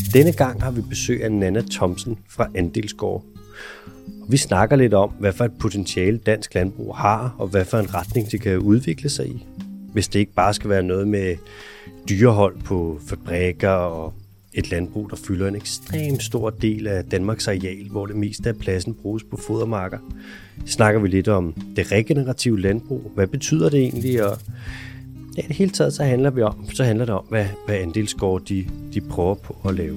Denne gang har vi besøg af Nanna Thomsen fra Andelsgård. Vi snakker lidt om, hvad for et potentiale dansk landbrug har, og hvad for en retning det kan udvikle sig i. Hvis det ikke bare skal være noget med dyrehold på fabrikker og et landbrug, der fylder en ekstremt stor del af Danmarks areal, hvor det meste af pladsen bruges på fodermarker. Snakker vi lidt om det regenerative landbrug. Hvad betyder det egentlig? Og ja, i det hele taget så handler det om, hvad Andelsgård de prøver på at lave.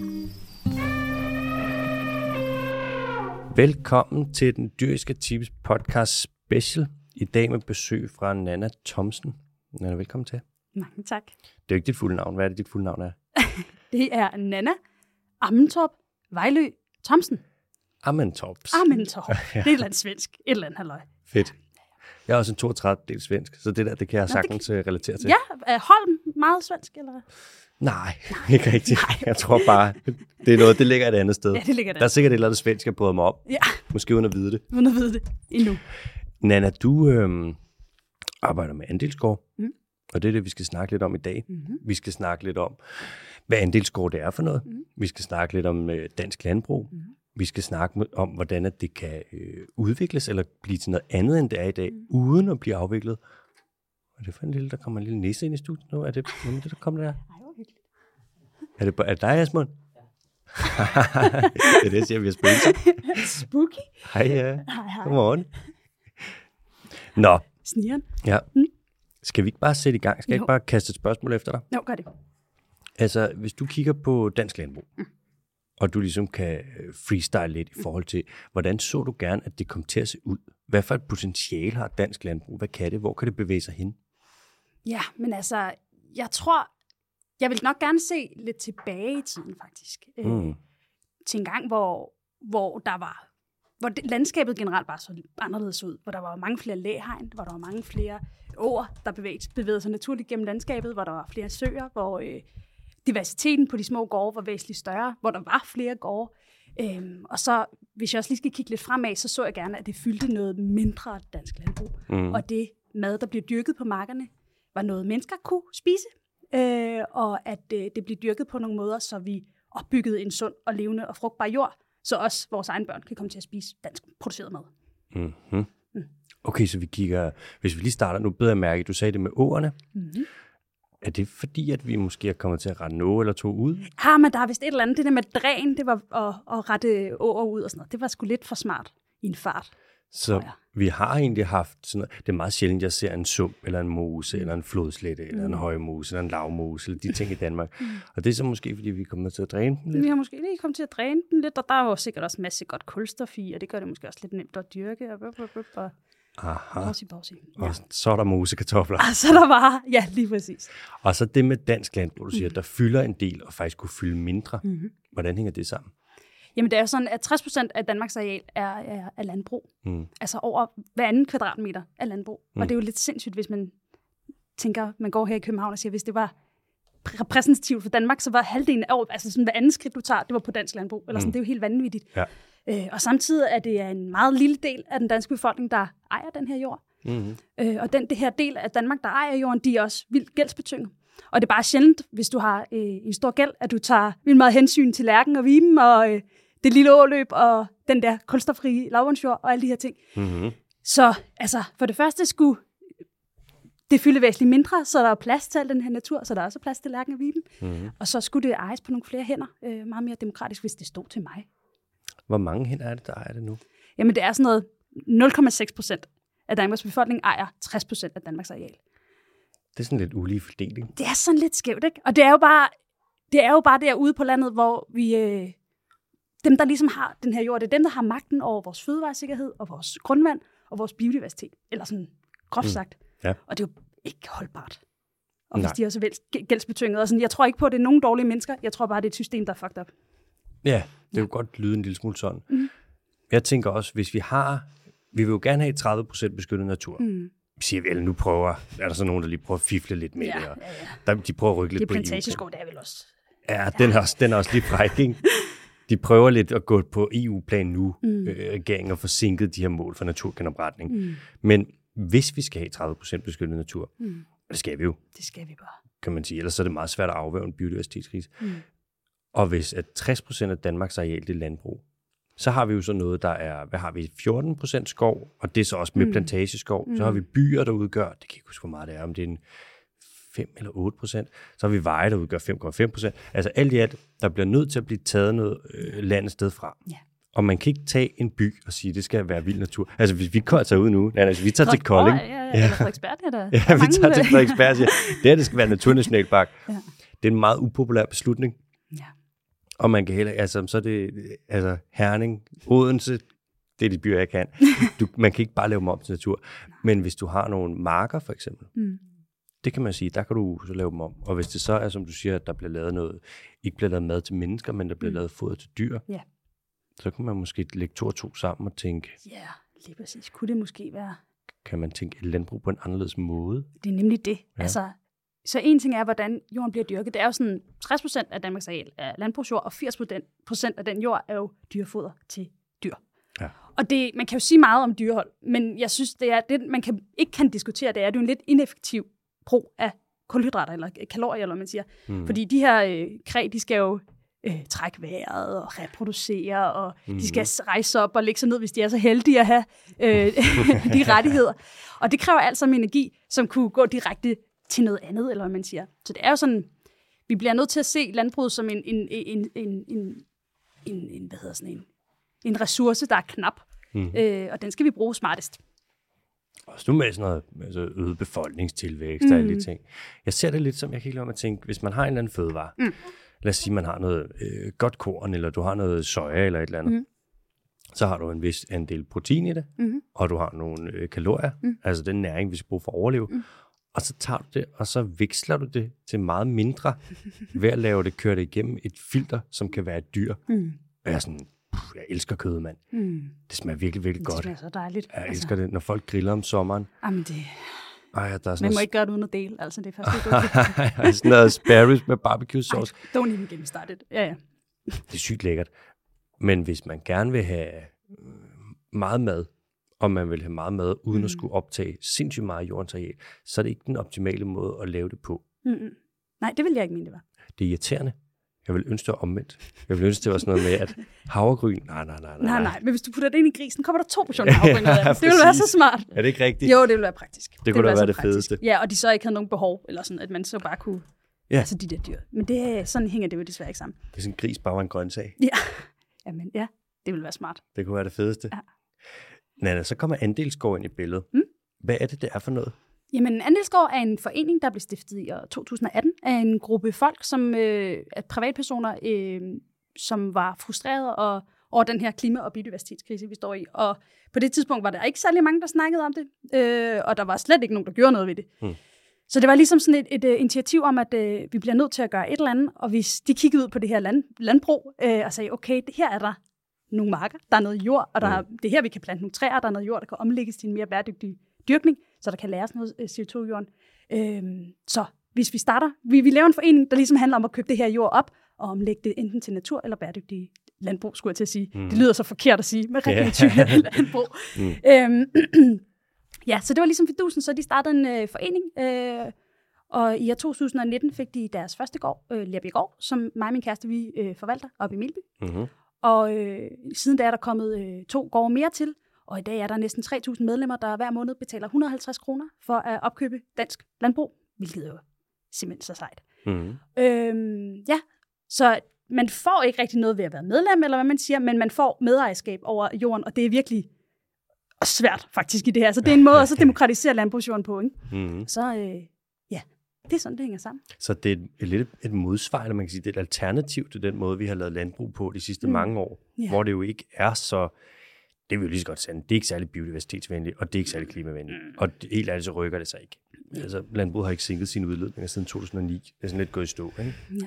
Velkommen til den Dyriske Tips podcast special. I dag med besøg fra Nanna Thomsen. Nanna, velkommen til. Mange tak. Det er jo ikke dit fulde navn. Hvad er det, dit fulde navn er? Det er Nanna Ammentorp Vejlø Thomsen. Ammentorp. Ammentorp. Ja. Det er et eller andet svensk. Et eller andet halløj. Fedt. Jeg er også en 32-del svensk, så det kan jeg sagtens relatere til. Ja, er Holm meget svensk, eller? Nej, ikke rigtigt. Jeg tror bare, det er noget, det ligger et andet sted. Ja, det ligger der. Der er sikkert et eller andet svensk, jeg bryder mig op. Ja. Måske uden at vide det. Uden at vide det endnu. Nanna, du arbejder med Andelsgård, og det er det, vi skal snakke lidt om i dag. Mm-hmm. Vi skal snakke lidt om, hvad Andelsgård det er for noget. Vi skal snakke lidt om dansk landbrug. Vi skal snakke om, hvordan det kan udvikles eller blive til noget andet, end det er i dag, uden at blive afviklet. Og det er for en lille, der kommer en lille næse ind i studiet nu. Er det det, der kommer der? Ej, hvor hyggeligt. Er det dig, Asmund? Det er det, jeg siger, vi har spillet. Spooky. Hej, ja. Hej. Godmorgen. Nå. Snigeren. Ja. Skal vi ikke bare sætte i gang? Skal jeg ikke bare kaste et spørgsmål efter dig? Jo, gør det. Altså, hvis du kigger på dansk landbrug, og du ligesom kan freestyle lidt i forhold til, hvordan så du gerne, at det kom til at se ud? Hvad for et potentiale har dansk landbrug? Hvad kan det? Hvor kan det bevæge sig hen? Ja, men altså, jeg tror, jeg vil nok gerne se lidt tilbage i tiden, faktisk. Til en gang, hvor landskabet generelt bare så anderledes ud. Hvor der var mange flere læhegn, hvor der var mange flere åer, der bevægede sig naturligt gennem landskabet, hvor der var flere søer, hvor diversiteten på de små gårde var væsentligt større, hvor der var flere gårde. Og så, hvis jeg også lige skal kigge lidt fremad, så jeg gerne, at det fyldte noget mindre dansk landbrug. Og det mad, der blev dyrket på markerne, var noget, mennesker kunne spise. Og at det blev dyrket på nogle måder, så vi opbyggede en sund og levende og frugtbar jord, så også vores egne børn kan komme til at spise dansk produceret mad. Okay, så vi kigger, hvis vi lige starter, nu bedre mærke, du sagde det med åerne. Er det fordi, at vi måske er kommet til at rette en å eller to ud? Ja, men der er vist et eller andet. Det der med dræn, det var at rette åer ud og sådan noget. Det var sgu lidt for smart i en fart. Så vi har egentlig haft sådan noget. Det er meget sjældent, jeg ser en sump, eller en mose, eller en flodslette, eller en højmose, eller en lavmose, eller de ting i Danmark. Og det er så måske, fordi vi kommer til at dræne den lidt? Vi har måske lige kommet til at dræne den lidt, og der er jo sikkert også en masse godt kulstof i, og det gør det måske også lidt nemt at dyrke. Bowsy. Ja. Og så er der mosekartofler. Og så der var, ja, lige præcis. Og så det med dansk landbrug, du siger, der fylder en del, og faktisk kunne fylde mindre. Hvordan hænger det sammen? Jamen, det er jo sådan, at 60% af Danmarks areal er landbrug. Altså over hver anden kvadratmeter er landbrug. Og det er jo lidt sindssygt, hvis man tænker, man går her i København og siger, hvis det var repræsentativt for Danmark, så var halvdelen af altså sådan hver anden skridt, du tager, det var på dansk landbrug. Eller sådan, det er jo helt vanvittigt. Ja. Og samtidig er det en meget lille del af den danske befolkning, der ejer den her jord. Og det her del af Danmark, der ejer jorden, de er også vildt gældsbetynget. Og det er bare sjældent, hvis du har en stor gæld, at du tager vildt meget hensyn til lærken og viben, og det lille åløb, og den der kulstoffrie lavbundsjord, og alle de her ting. Så altså, for det første skulle det fylde væsentligt mindre, så der er plads til al den her natur, så der er også plads til lærken og viben. Og så skulle det ejes på nogle flere hænder, meget mere demokratisk, hvis det stod til mig. Hvor mange hænder er det, der ejer det nu? Jamen, det er sådan noget 0,6% af Danmarks befolkning ejer 60% af Danmarks areal. Det er sådan lidt ulige fordeling. Det er sådan lidt skævt, ikke? Og det er jo bare derude på landet, hvor vi dem, der ligesom har den her jord, det er dem, der har magten over vores fødevaresikkerhed og vores grundvand og vores biodiversitet. Eller sådan groft sagt. Ja. Og det er jo ikke holdbart. Og hvis de er så gældsbetynget. Og sådan, jeg tror ikke på, at det er nogen dårlige mennesker. Jeg tror bare, det er et system, der er fucked up. Ja, det er jo godt lyde en lille smule sådan. Jeg tænker også, hvis vi vil jo gerne have 30% beskyttet natur. Siger vi, eller nu er der så nogen, der lige prøver at fifle lidt med det, og de prøver at rykke lidt på EU. Det er plantageskov, det er vel også. Ja, den er også lige fræk, ikke? De prøver lidt at gå på EU-plan nu, regeringen, og forsinket de her mål for naturgenopretning. Men hvis vi skal have 30% beskyttet natur, det skal vi jo. Det skal vi bare. Kan man sige. Ellers er det meget svært at afværge en biodiversitetskrise. Og hvis at 60% af Danmarks areal det er landbrug, så har vi jo så noget, der er, hvad har vi, 14% skov, og det er så også med plantageskov. Så har vi byer, der udgør, det kan jeg ikke huske, hvor meget det er, om det er en 5 eller 8%. Så har vi veje, der udgør 5,5%. Altså alt i alt, der bliver nødt til at blive taget noget land et sted fra. Ja. Og man kan ikke tage en by og sige, at det skal være vild natur. Altså hvis vi tager ud nu, altså vi tager til Kolding. Ja, Frederiksberg, det er der. Ja, vi tager til Frederiksberg og siger, det skal være naturnationalpark. Ja. Det er en meget upopulær beslutning. Ja. Og man kan heller, altså så er det, altså Herning, Odense, det er de byer, jeg kan. Man kan ikke bare lave dem om til natur. Men hvis du har nogle marker, for eksempel, det kan man sige, der kan du så lave dem om. Og hvis det så er, som du siger, at der bliver lavet noget, ikke bliver lavet mad til mennesker, men der bliver lavet foder til dyr, så kan man måske lægge 2 og 2 sammen og tænke... Ja, lige præcis. Kunne det måske være... Kan man tænke et landbrug på en anderledes måde? Det er nemlig det. Ja. Altså, så en ting er, hvordan jorden bliver dyrket. Det er jo sådan, 60% af Danmarks areal er landbrugsjord, og 80% af den jord er jo dyrefoder til dyr. Ja. Og det, man kan jo sige meget om dyrehold, men jeg synes, det er det, man ikke kan diskutere, det er jo en lidt ineffektiv brug af kulhydrater, eller kalorier, eller man siger. Fordi de her kræ, de skal jo trække vejret og reproducere, og de skal rejse op og lægge sig ned, hvis de er så heldige at have de rettigheder. Og det kræver altså energi, som kunne gå direkte til noget andet, eller hvad man siger. Så det er jo sådan, vi bliver nødt til at se landbruget som en ressource, der er knap, og den skal vi bruge smartest. Også nu med sådan noget altså øget befolkningstilvækst og alle de ting. Jeg ser det lidt som, jeg kan ikke lade mig tænke, hvis man har en eller anden fødevare, lad os sige, man har noget godt korn, eller du har noget soja eller et eller andet, så har du en vis andel protein i det, og du har nogle kalorier, altså den næring, vi skal bruge for at overleve, og så tager du det, og så veksler du det til meget mindre, ved at køre det igennem et filter, som kan være et dyr. Og jeg er sådan, jeg elsker kød, mand. Det smager virkelig, virkelig godt. Det smager så dejligt. Jeg elsker det, når folk griller om sommeren. Jamen det... Ej, der er man må ikke gøre det uden at dele, altså det er faktisk ikke okay. Sådan noget sparrows med barbecue sauce. Don't even get me started. Ja. Det er sygt lækkert. Men hvis man gerne vil have meget mad, og man vil have meget mad, uden at skulle optage sindssygt meget jordens areal, så er det ikke den optimale måde at lave det på. Nej, det vil jeg ikke mene, det var. Det er irriterende. Jeg vil ønske det var omvendt. Jeg vil ønske det var sådan noget med, at havregryn... Nej. Men hvis du putter det ind i grisen, kommer der 2 portioner havregryn. Det vil være så smart. Er det ikke rigtigt? Jo, det vil være praktisk. Det kunne da være det fedeste. Ja, og de så ikke havde nogen behov, eller sådan, at man så bare kunne... Ja. Altså de der dyr. Men det, sådan hænger det jo desværre ikke sammen. Det er sådan en gris bare var en grøntsag. Ja. Jamen, ja, det vil være smart. Det kunne være det fedeste. Ja. Nanna, så kommer andelsgård ind i billedet. Hvad er det er for noget? Jamen, Andelsgård er en forening, der blev stiftet i år 2018 af en gruppe folk, som er privatpersoner, som var frustrerede over den her klima- og biodiversitetskrise, vi står i. Og på det tidspunkt var der ikke særlig mange, der snakkede om det, og der var slet ikke nogen, der gjorde noget ved det. Så det var ligesom sådan et initiativ om, at vi bliver nødt til at gøre et eller andet, og hvis de kiggede ud på det her landbrug og sagde, okay, her er der nogle marker, der er noget jord, og det er her, vi kan plante nogle træer, der er noget jord, der kan omlægges til en mere bæredygtig dyrkning, så der kan læres noget CO2 i jorden. Så hvis vi starter, vi laver en forening, der ligesom handler om at købe det her jord op, og omlægge det enten til natur eller bæredygtig landbrug, skulle jeg til at sige. Det lyder så forkert at sige, med rigtig type landbrug. Ja, så det var ligesom fidusen, så de startede en forening, og i år 2019 fik de deres første gård, Lerbjerggård, som mig og min kæreste, vi forvalter op i Melby. Og siden da er der kommet 2 gårde mere til, og i dag er der næsten 3.000 medlemmer, der hver måned betaler 150 kroner for at opkøbe dansk landbrug, hvilket jo simpelthen så sejt. Ja, så man får ikke rigtig noget ved at være medlem, eller hvad man siger, men man får medejerskab over jorden, og det er virkelig svært faktisk i det her. Så det er en måde at så demokratisere landbrugsjorden på, ikke? Så ja, det er sådan, det hænger sammen. Så det er lidt et modsvar, eller man kan sige, det er et alternativ til den måde, vi har lavet landbrug på de sidste mange år, hvor det jo ikke er så... Det vil jo lige så godt sige, det er ikke særlig biodiversitetsvenligt, og det er ikke særlig klimavenligt. Og helt ærligt, så rykker det sig ikke. Altså, landbruget har ikke sænket sine udledninger siden 2009. Det er sådan lidt gået i stå, ikke? Ja.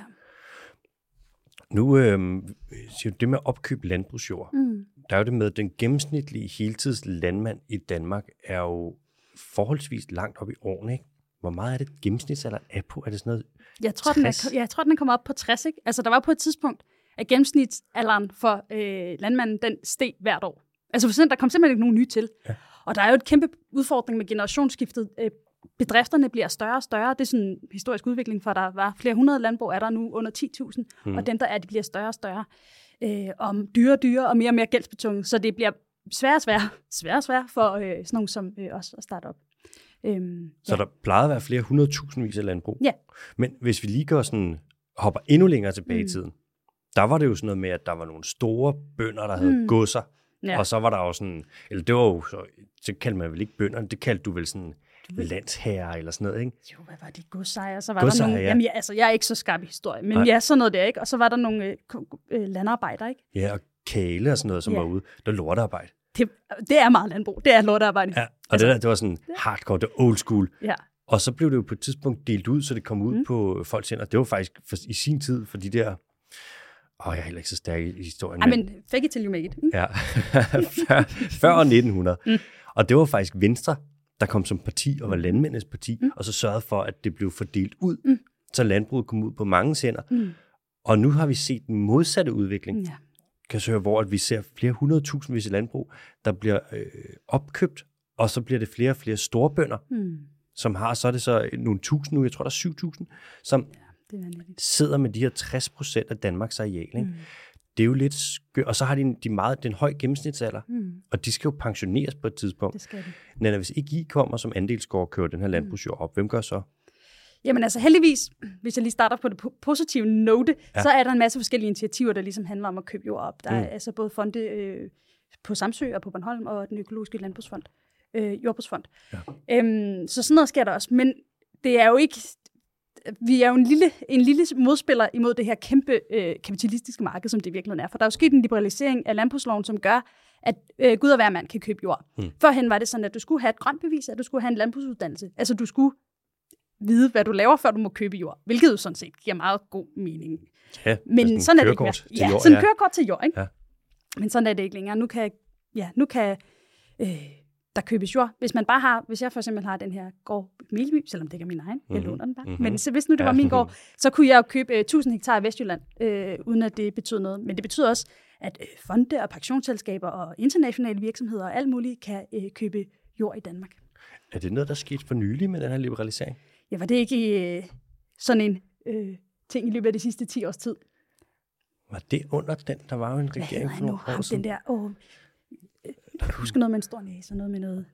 Nu siger du det med at opkøbe landbrugsjord. Der er jo det med, at den gennemsnitlige heltidslandmand i Danmark er jo forholdsvis langt op i årene, ikke? Hvor meget er det gennemsnitsalderen er på? Er det sådan noget jeg tror, den er kommet op på 60, ikke? Altså, der var på et tidspunkt, at gennemsnitsalderen for landmanden, den steg hvert år. Altså, der kom simpelthen ikke nogen nye til. Ja. Og der er jo et kæmpe udfordring med generationsskiftet bedrifterne bliver større og større. Det er sådan en historisk udvikling, for der var flere hundrede landbrug, er der nu under 10.000, og dem, der er, de bliver større og større. Om dyre og mere gældsbetunget. Så det bliver sværere og sværere for sådan nogen som os at starte op. Så der plejede at være flere 100.000 af landbrug. Ja. Men hvis vi lige hopper endnu længere tilbage i tiden, der var det jo sådan noget med, at der var nogle store bønder, der havde godser. Ja. Og så var der jo sådan, eller det var jo, så kaldte man vel ikke bønder, det kaldte du vel sådan landsherrer eller sådan noget, ikke? Jo, hvad var det? Godsejer? Så var der nogle, ja. Jamen, jeg er ikke så skarp i historie, men ja, sådan noget der, ikke? Og så var der nogle landarbejdere, ikke? Ja, og kæle og sådan noget, som var ude. Det var lortearbejde. Det er meget landbrug. Det er lortearbejde. Ja, og det var sådan hardcore, det old school. Ja. Og så blev det jo på et tidspunkt delt ud, så det kom ud på folks hænder. Det var faktisk i sin tid for de der... jeg er heller ikke så stærk i historien. Ja, men fake it till you make it. Ja, før 1900. Og det var faktisk Venstre, der kom som parti og var landmændenes parti, og så sørgede for, at det blev fordelt ud, så landbruget kom ud på mange hænder. Og nu har vi set den modsatte udvikling. Ja. Kan så høre, hvor at vi ser flere 100.000 landbrug, der bliver opkøbt, og så bliver det flere og flere storbønder, som har, så er det så nogle tusind nu, jeg tror der er 7.000, som sidder med de her 60% af Danmarks areal. Ikke? Det er jo lidt og så har den høj gennemsnitsalder, og de skal jo pensioneres på et tidspunkt. Det skal de. Men hvis ikke I kommer som andelsgård og kører den her landbrugsjord op, hvem gør så? Jamen altså heldigvis, hvis jeg lige starter på det positive note, så er der en masse forskellige initiativer, der ligesom handler om at købe jord op. Der er altså både fonde på Samsø og på Bornholm, og den økologiske landbrugsfond, jordbrugsfond. Ja. Så sådan noget sker der også. Men det er jo ikke... Vi er jo en lille modspiller imod det her kæmpe kapitalistiske marked, som det virkelig er. For der er jo sket en liberalisering af landbrugsloven, som gør, at Gud og hver mand kan købe jord. Førhen var det sådan, at du skulle have et grønt bevis, at du skulle have en landbrugsuddannelse. Altså du skulle vide, hvad du laver, før du må købe jord. Hvilket jo sådan set giver meget god mening. Ja, men sådan er det ikke mere. Ja, sådan en kørekort til jord, ikke? Ja. Men sådan er det ikke længere. Nu kan der købes jord. Hvis jeg for eksempel har den her gård Melby, selvom det ikke er min egen, jeg låner den bare. Men så hvis nu det var min gård, så kunne jeg jo købe 1000 hektar i Vestjylland, uden at det betyder noget. Men det betyder også, at fonde og pensionsselskaber og internationale virksomheder og alt muligt kan købe jord i Danmark. Er det noget, der skete for nylig med den her liberalisering? Ja, var det ikke sådan en ting i løbet af de sidste 10 års tid? Var det under den, der var jo en regering for nogle år siden? Den der, jeg husker noget med en stor næse og noget med noget...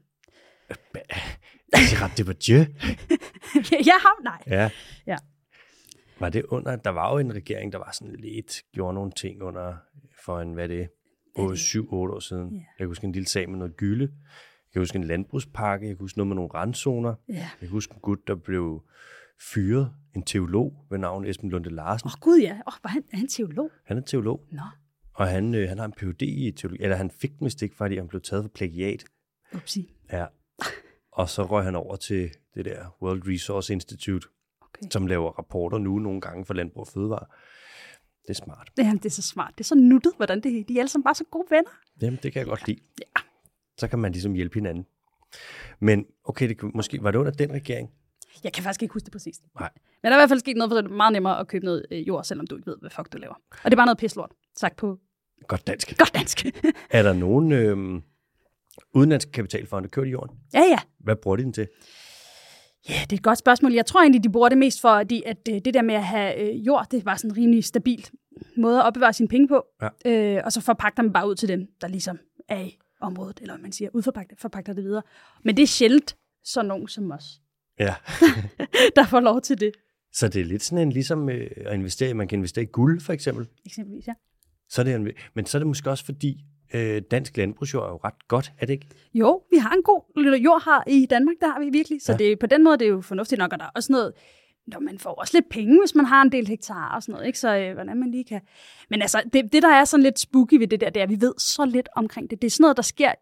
Det var Dieu? Ja, ham, nej. Ja. Var det under... Der var jo en regering, der var sådan lidt... Gjorde nogle ting for en, 7-8 år siden. Yeah. Jeg kan huske en lille sag med noget gylde. Jeg kan huske en landbrugspakke. Jeg kan huske noget med nogle randzoner. Yeah. Jeg kan huske en gut, der blev fyret. En teolog ved navn Esben Lunde Larsen. Gud ja. Var han teolog? Han er teolog. Nå. Og han har en Ph.D. i teologi, eller han fik den vist ikke, fordi han blev taget for plagiat. Upsi. Ja. Og så røg han over til det der World Resource Institute, som laver rapporter nu nogle gange for Landbrug og Fødevare. Det er smart. Jamen, det er så smart. Det er så nuttet, hvordan de er alle sammen bare så gode venner. Jamen, det kan jeg godt lide. Ja. Så kan man ligesom hjælpe hinanden. Men okay, måske var det under den regering? Jeg kan faktisk ikke huske det præcist. Nej. Men der er i hvert fald sket noget, for det er meget nemmere at købe noget jord, selvom du ikke ved, hvad fuck du laver. Og det er bare noget pislort, sagt på... Godt dansk. Godt dansk. Er der nogen udenlandske kapitalfonde kørt i jorden? Ja. Hvad bruger de den til? Ja, det er et godt spørgsmål. Jeg tror egentlig, de bruger det mest for, at det der med at have jord, det var sådan en rimelig stabilt måde at opbevare sine penge på. Ja. Og så forpagter man bare ud til dem, der ligesom er i området, eller hvad man siger, forpagter det videre. Men det er sjældent så nogen som os. Ja. Der får lov til det. Så det er lidt sådan en ligesom at investere, man kan investere i guld for eksempel. Eksempelvis, ja. Men så er det måske også fordi, dansk landbrugsjord er jo ret godt, er det ikke? Jo, vi har en god jord her i Danmark, der har vi virkelig. Så det, på den måde det er jo fornuftigt nok, og der er også noget, når man får også lidt penge, hvis man har en del hektar og sådan noget, ikke? Så hvordan man lige kan... Men altså, det der er sådan lidt spooky ved det der, det er, at vi ved så lidt omkring det. Det er sådan noget, der sker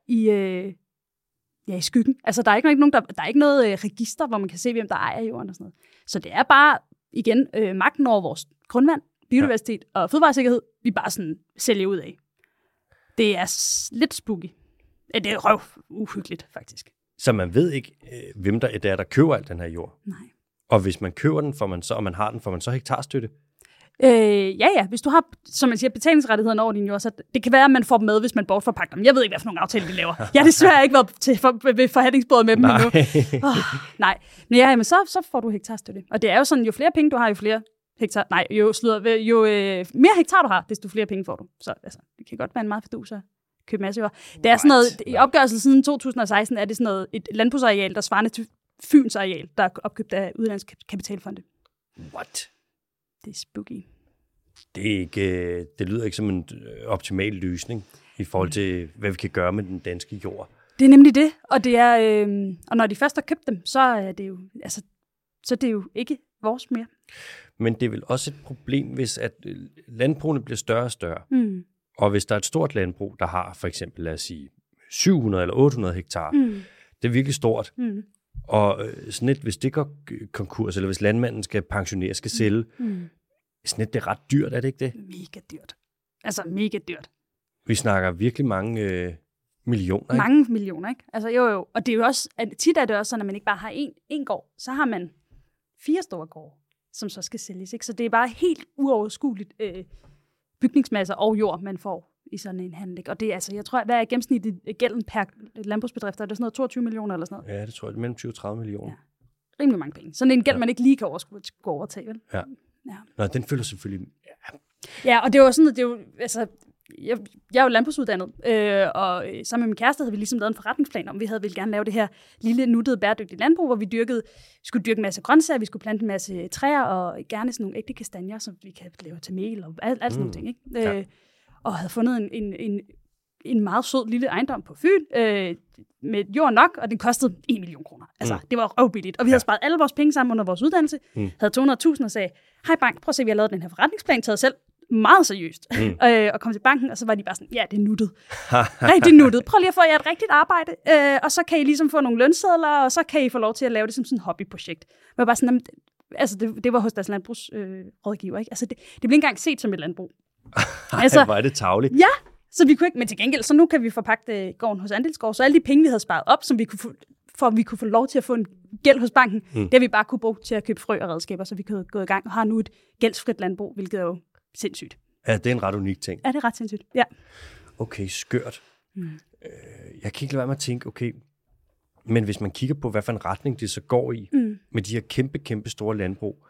i skyggen. Altså, der er ikke noget register, hvor man kan se, hvem der ejer jorden og sådan noget. Så det er bare, igen, magten over vores grundvand, biodiversitet og fødevaresikkerhed, vi bare sådan sælger ud af. Det er lidt spooky. Det er røv uhyggeligt, faktisk. Så man ved ikke, hvem der er, der køber al den her jord? Nej. Og hvis man køber den, og man har den, får man så hektarstøtte? Ja. Hvis du har, som man siger, betalingsrettighederne over din jord, så det kan være, at man får dem med, hvis man bortforpagter dem. Jeg ved ikke, hvad for nogle aftaler de laver. Jeg har desværre ikke været ved forhandlingsbordet med dem endnu. Nej. Men ja, men så får du hektarstøtte. Og det er jo sådan, jo flere penge du har, jo flere hektar. Nej, jo mere hektar du har, desto flere penge får du. Så altså, det kan godt være en meget fordus at købe masse jord. Det er sådan noget, i opgørelsen siden 2016 er det sådan noget, et landbrugsareal, der svarende til Fyns areal, der er opkøbt af udenlandske kapitalfonde. What? Det er spooky. Det lyder ikke som en optimal løsning i forhold til, hvad vi kan gøre med den danske jord. Det er nemlig det, og det er, og når de først har købt dem, så er det jo, altså, så det er jo ikke vores mere. Men det er vel også et problem, hvis at landbrugene bliver større og større. Mm. Og hvis der er et stort landbrug, der har for eksempel, lad os sige, 700 eller 800 hektar, det er virkelig stort. Mm. Og sådan et, hvis det går konkurs, eller hvis landmanden skal pensionere, skal sælge, sådan et, det er ret dyrt, er det ikke det? Mega dyrt. Altså mega dyrt. Vi snakker virkelig mange millioner, ikke? Mange millioner, ikke? Altså jo. Og det er jo også, tit er det også sådan, at man ikke bare har én gård, så har man 4 store gårde, som så skal sælges, ikke? Så det er bare helt uoverskueligt bygningsmasser og jord, man får i sådan en handel. Og det er altså, jeg tror, hvad er gennemsnitligt gælden per landbrugsbedrift? Er det sådan noget 22 millioner eller sådan noget? Ja, det tror jeg. Det er mellem 20 og 30 millioner. Ja. Rimelig mange penge. Sådan en gæld, man ikke lige kan overtage, vel? Ja. Nå, den følger selvfølgelig... Ja, og det var sådan, at det er jo... Altså, jeg er jo landbrugsuddannet, og sammen med min kæreste havde vi ligesom lavet en forretningsplan om, vi ville gerne lave det her lille, nuttede, bæredygtige landbrug, hvor vi skulle dyrke en masse grøntsager, vi skulle plante en masse træer, og gerne sådan nogle ægte kastanjer, som vi kan lave til mel og alt sådan nogle ting, ikke? Ja. Og havde fundet en meget sød lille ejendom på Fyn, med jord nok, og den kostede 1 million kroner. Altså, det var røvbilligt. Og vi havde sparet alle vores penge sammen under vores uddannelse, havde 200.000 og sagde, hej bank, prøv at se, vi har lavet den her forretningsplan, taget selv meget seriøst, og kom til banken, og så var de bare sådan, ja, det er nuttet. Rigtig nuttet. Prøv lige at få jer et rigtigt arbejde, og så kan I ligesom få nogle lønsedler, og så kan I få lov til at lave det som sådan et hobbyprojekt. Men bare sådan, altså det var hos deres landbrugsrådgiver, ikke? Altså det blev ikke engang set som et landbrug. Altså, hvor er det tarveligt. Ja, så vi kunne ikke, men til gengæld, så nu kan vi forpagte gården hos Andelsgård, så alle de penge, vi havde sparet op, som vi kunne få, for at vi kunne få lov til at få en gæld hos banken, det har vi bare kunne bruge til at købe frø og redskaber, så vi kunne gå i gang og har nu et gældsfrit landbrug, hvilket er jo sindssygt. Ja, det er en ret unik ting. Ja, det er ret sindssygt, ja. Okay, skørt. Jeg kan ikke lade være med at tænke, okay, men hvis man kigger på, hvad for en retning det så går i, med de her kæmpe store landbrug,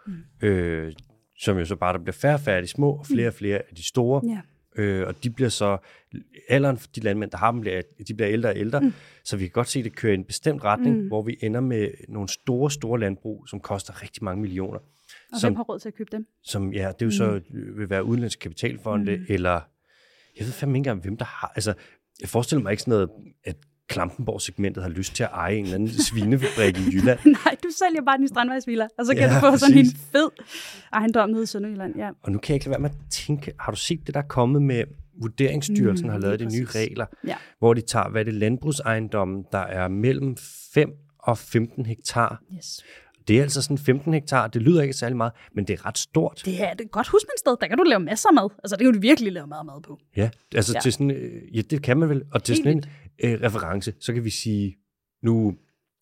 som jo så bare, der bliver færre og færre de små, og flere af de store, og de bliver så, alderen for de landmænd, der har dem, de bliver ældre og ældre, så vi kan godt se, at det kører i en bestemt retning, hvor vi ender med nogle store landbrug, som koster rigtig mange millioner. Og hvem har råd til at købe dem? Som, ja, det er jo så, vil være udenlandske kapitalfonde, eller, jeg ved fandme ikke engang, hvem der har, altså, jeg forestiller mig ikke sådan noget, at Klampenborg-segmentet har lyst til at eje en eller anden svinefabrik i Jylland. Nej, du sælger bare din strandvejsvilla, og så kan du få sådan en fed ejendom nede i Sønderjylland. Ja. Og nu kan jeg ikke lade være med at tænke, har du set det, der er kommet med Vurderingsstyrelsen, har lavet de nye regler, hvor de tager, hvad det landbrugsejendommen, der er mellem 5 og 15 hektar. Yes. Det er altså sådan 15 hektar, det lyder ikke særlig meget, men det er ret stort. Det er et godt husmandssted, der kan du lave masser af mad. Altså det kan du virkelig lave meget mad på. Ja, altså til sådan, ja, det kan man vel. Og til sådan en reference, så kan vi sige, nu,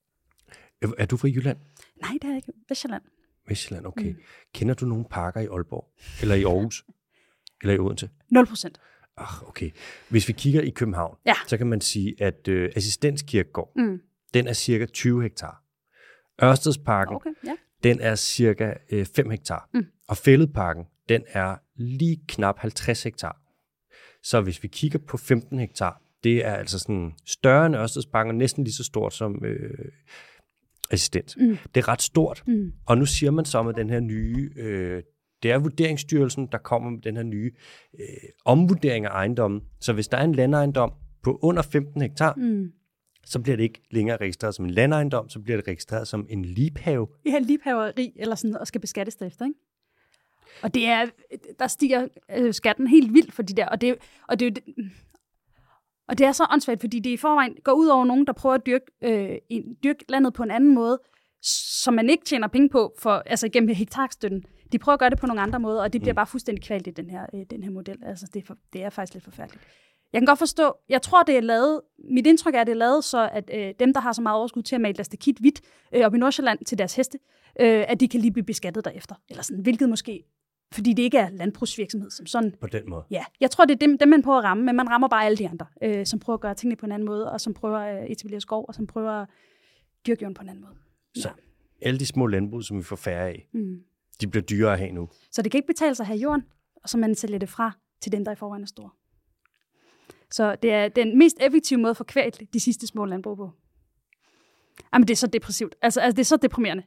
er du fra Jylland? Nej, det er ikke. Vestjylland. Vestjylland, okay. Kender du nogle parker i Aalborg? Eller i Aarhus? Eller i Odense? 0%. Okay. Hvis vi kigger i København, så kan man sige, at Assistens Kirkegård, den er cirka 20 hektar. Ørstedsparken, den er cirka 5 hektar. Og Fælledparken, den er lige knap 50 hektar. Så hvis vi kigger på 15 hektar, det er altså sådan større end Ørstedsparken, og næsten lige så stort som Assistens. Det er ret stort. Og nu siger man så med den her nye, det er Vurderingsstyrelsen, der kommer med den her nye omvurdering af ejendommen. Så hvis der er en landejendom på under 15 hektar, så bliver det ikke længere registreret som en landejendom, så bliver det registreret som en liebhave. Ja, liebhaveri, eller sådan, og skal beskattes derefter, ikke? Og det er, der stiger skatten helt vildt for de der, og det er så åndssvagt, fordi det i forvejen går ud over nogen, der prøver at dyrke landet på en anden måde, som man ikke tjener penge på, altså gennem hektarstøtten. De prøver at gøre det på nogle andre måder, og det bliver bare fuldstændig kvalt i den her model. Altså det er faktisk lidt forfærdeligt. Jeg kan godt forstå, jeg tror, det er lavet, mit indtryk er, at det er lavet så, at dem, der har så meget overskud til at male deres stakit hvidt op i Nordsjælland til deres heste, at de kan lige blive beskattet derefter. Eller sådan, hvilket måske fordi det ikke er landbrugsvirksomhed som sådan. På den måde? Ja, jeg tror, det er dem man prøver at ramme, men man rammer bare alle de andre, som prøver at gøre tingene på en anden måde, og som prøver at etablere skov, og som prøver at dyrke jorden på en anden måde. Så alle de små landbrug, som vi får færre af, de bliver dyrere at have nu. Så det kan ikke betale sig at have jorden, og så man sælger det fra til dem, der i forvejen er store. Så det er den mest effektive måde at få kvalt de sidste små landbrug på. Jamen, det er så depressivt. Altså, det er så deprimerende.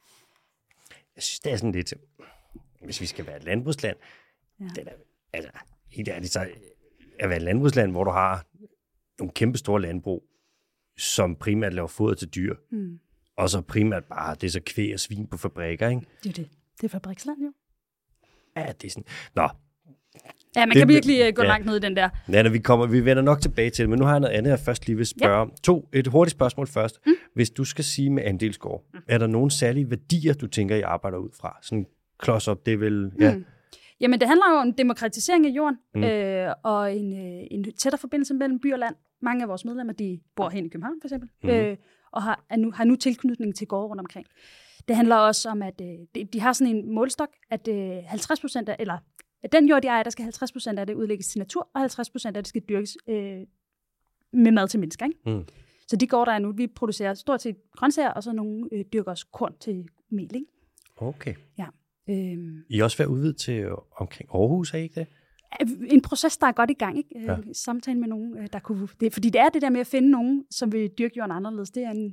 Jeg synes, det er sådan lidt... Hvis vi skal være et landbrugsland, det er, altså, helt ærligt, så at være et landbrugsland, hvor du har nogle kæmpe store landbrug, som primært laver foder til dyr, og så primært bare det så kvæg og svin på fabrikker, ikke? Det er det. Det er fabriksland, jo. Ja, det er sådan... Nå. Ja, man kan virkelig gå langt ned i den der. Ja, vi vender nok tilbage til det, men nu har jeg noget andet, jeg først lige vil spørge om. Et hurtigt spørgsmål først. Hvis du skal sige med andelsgård, er der nogle særlige værdier, du tænker, I arbejder ud fra? Sådan klods op, det er vel... Ja. Jamen, det handler jo om demokratisering af jorden, og en tættere forbindelse mellem by og land. Mange af vores medlemmer, de bor hen i København, for eksempel, og har nu tilknytning til gårde rundt omkring. Det handler også om, at de har sådan en målstok, at 50% af den jord, de ejer, der skal 50% af det udlægges til natur, og 50% af det skal dyrkes med mad til mennesker. Ikke? Så de gårde, der er nu, vi producerer stort set grøntsager, og så nogle dyrker også korn til mel. Ikke? Okay. Ja. I er også været udvidet til omkring Aarhus, er I ikke det? En proces, der er godt i gang. Ikke? Samtale med nogen, der kunne... Fordi det er det der med at finde nogen, som vil dyrke jorden anderledes. Det er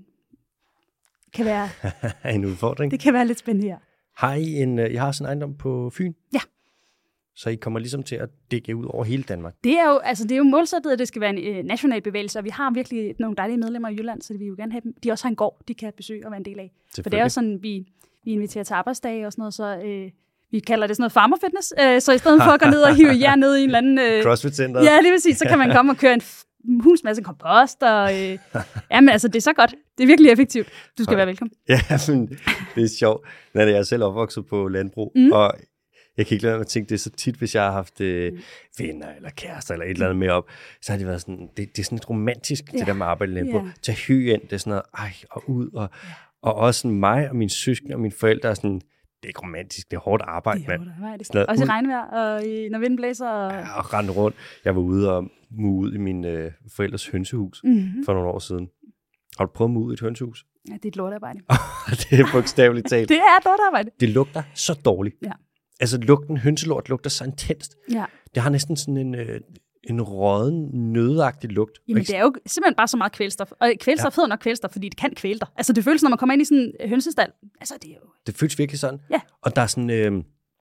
kan være... en udfordring. Det kan være lidt spændende her. Har I har sådan en ejendom på Fyn? Ja. Så I kommer ligesom til at dække ud over hele Danmark? Det er jo målsættet, at det skal være en national bevægelse, og vi har virkelig nogle dejlige medlemmer i Jylland, så vi vil jo gerne have dem. De også har en gård, de kan besøge og være en del af. For det er jo sådan, vi inviterer til arbejdsdage og sådan noget, så vi kalder det sådan noget farmerfitness. Så i stedet for at gå ned og hive jer ned i en eller anden... CrossFit-center. Ja, lige præcis. Så kan man komme og køre en hulens masse kompost. Og, jamen altså, det er så godt. Det er virkelig effektivt. Du skal være velkommen. Ja, men det er sjovt. Jeg er selv opvokset på landbrug, og jeg kan ikke lade mig at tænke, det er så tit, hvis jeg har haft venner eller kærester eller et eller andet med op, så har det været sådan, det er sådan lidt romantisk, det der med at arbejde i landbrug. Tage hyg ind, det er sådan noget, og ud, og også sådan mig og mine søskende og mine forældre er sådan, det er ikke romantisk, det er hårdt arbejde, mand. Også i regnvejr, og når vinden blæser. Og rende rundt. Jeg var ude og muge ud i min forældres hønsehus for nogle år siden. Har du prøvet at muge ud i et hønsehus? Ja, det er et lortarbejde. Det er bogstaveligt talt. Det er et lortarbejde. Det lugter så dårligt. Ja. Altså hønselort lugter så intenst. Ja. Det har næsten sådan en råden, nødagtig lugt. Jamen det er jo simpelthen bare så meget kvælstof. Og kvælstof hedder nok kvælstof, fordi det kan kvæle dig. Altså det føles, når man kommer ind i sådan en hønsestal. Altså det er jo... Det føles virkelig sådan. Ja. Og der er sådan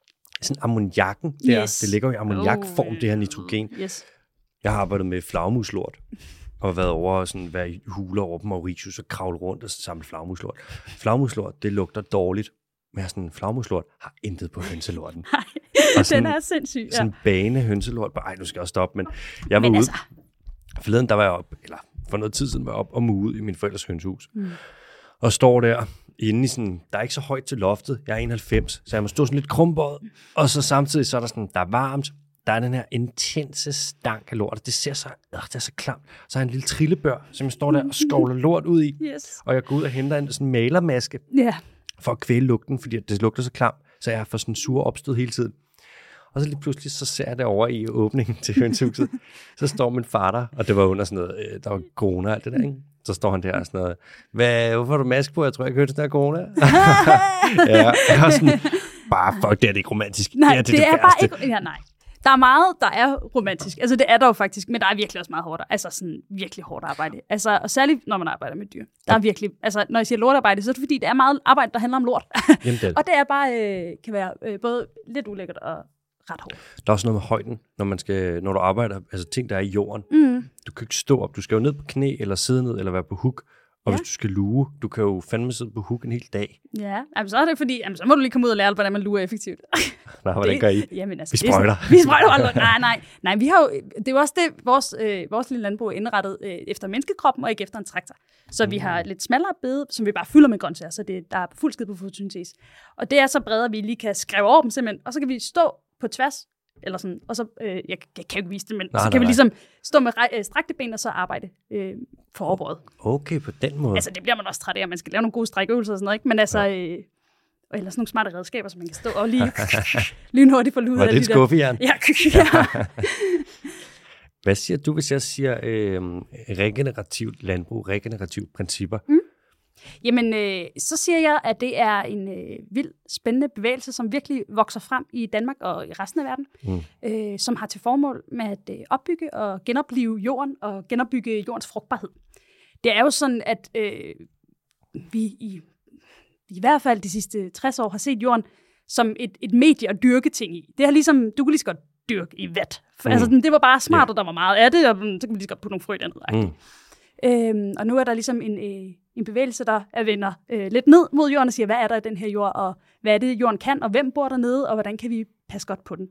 ammoniakken der. Yes. Det ligger jo i ammoniakform, det her nitrogen. Yes. Jeg har arbejdet med flagmuslort. Og været over og været i huler over på Mauritius og kravle rundt og samle flagmuslort. Flagmuslort, det lugter dårligt. Men sådan en flagmuslort har intet på hønselorten. Nej, den er sindssyg. Ja. Sådan en bane hønselort. Nu skal jeg også stoppe, men jeg var ude. Altså... Forleden, der var jeg op, eller for noget tid siden var jeg op og muge ud i min forældres hønsehus. Og står der inde i sådan, der er ikke så højt til loftet. Jeg er 91, så jeg må stå sådan lidt krumbøjet. Og så samtidig, så er der sådan, der er varmt. Der er den her intense stank af lort. Det ser så, det er så klamt. Så har jeg en lille trillebør, som jeg står der og skovler lort ud i. Yes. Og jeg går ud og henter en sådan malermaske. Yeah. For at kvæle lugten, fordi det lugter så klamt, så jeg får sådan sur opstød hele tiden. Og så lige pludselig, så ser jeg det over i åbningen til hønsehuset. Så står min far der, og det var under sådan noget, der var corona og alt det der, ikke? Så står han der og sådan noget, hvorfor har du maske på? Jeg tror, jeg kan høre sådan der corona. Ja, jeg var sådan, fuck, det er ikke romantisk. Nej, det er bare ikke, ja, nej. Der er meget, der er romantisk. Altså, det er der jo faktisk, men der er virkelig også meget hårdt. Altså, sådan virkelig hårdt arbejde. Altså, og særligt, når man arbejder med dyr. Der er virkelig, altså, når jeg siger lortarbejde, så er det fordi, det er meget arbejde, der handler om lort. Og det er bare, kan være både lidt ulækkert og ret hårdt. Der er også noget med højden, når du arbejder, altså ting, der er i jorden. Du kan ikke stå op, du skal jo ned på knæ, eller sidde ned, eller være på hook. Og hvis du skal luge, du kan jo fandme sidde på hook en hel dag. Ja, altså, så er det fordi, så må du lige komme ud og lære, hvordan man luger effektivt. Nej, hvordan gør I? Jamen, altså, vi sprøjter. Vi sprøjter aldrig. Nej, vi har jo, det er jo også det, vores lille landbrug er indrettet efter menneskekroppen, og ikke efter en traktor. Så vi har lidt smallere bede, som vi bare fylder med grøntsager, så der er fuld skid på fotosyntese. Og det er så bredt, at vi lige kan skrive over dem simpelthen, og så kan vi stå på tværs, eller sådan, og så, jeg kan jo ikke vise det, men så kan vi ligesom stå med strakte ben, og så arbejde for overbrød. Okay, på den måde. Altså, det bliver man også træt af, at man skal lave nogle gode strækøvelser og sådan noget, ikke? Men altså, eller sådan nogle smarte redskaber, som man kan stå og lige lynhurtigt få ludet af de der. Var det et skuffejern? Ja. Hvad siger du, hvis jeg siger regenerativt landbrug, regenerative principper? Jamen, så siger jeg, at det er en vild, spændende bevægelse, som virkelig vokser frem i Danmark og i resten af verden, som har til formål med at opbygge og genoplive jorden og genopbygge jordens frugtbarhed. Det er jo sådan, at vi i hvert fald de sidste 60 år har set jorden som et medie at dyrke ting i. Det har ligesom, du kunne lige så godt dyrke i vat. Altså, det var bare smart, og der var meget af det, og så kunne vi lige så godt putte nogle frø dernede. Og nu er der ligesom en bevægelse, der vender lidt ned mod jorden og siger, hvad er der i den her jord, og hvad er det, jorden kan, og hvem bor dernede, og hvordan kan vi passe godt på den.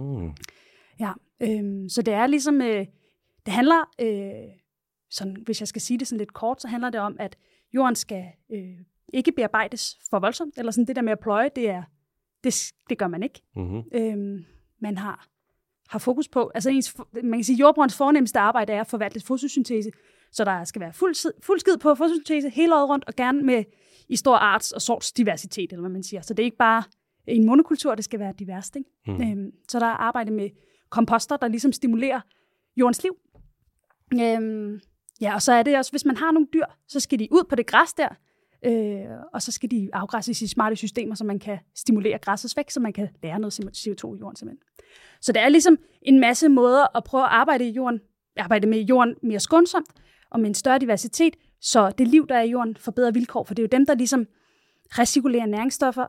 Ja, så det er ligesom, det handler, sådan, hvis jeg skal sige det sådan lidt kort, så handler det om, at jorden skal ikke bearbejdes for voldsomt, eller sådan det der med at pløje, det gør man ikke. Man har fokus på, altså man kan sige, at jordbrugens fornemmeste arbejde er at forvalte fotosyntese, så der skal være fuld skid på fotosyntese hele året rundt, og gerne med i stor arts- og sortsdiversitet, eller hvad man siger. Så det er ikke bare en monokultur, det skal være diverst. Så der er arbejde med komposter, der ligesom stimulerer jordens liv. Ja, og så er det også, hvis man har nogle dyr, så skal de ud på det græs der, og så skal de afgræsses i smarte systemer, så man kan stimulere græssets vækst, så man kan lære noget CO2 i jorden simpelthen. Så det er ligesom en masse måder at prøve at arbejde med jorden mere skånsomt, og med en større diversitet, så det liv, der er i jorden, får bedre vilkår, for det er jo dem, der ligesom recirkulerer næringsstoffer,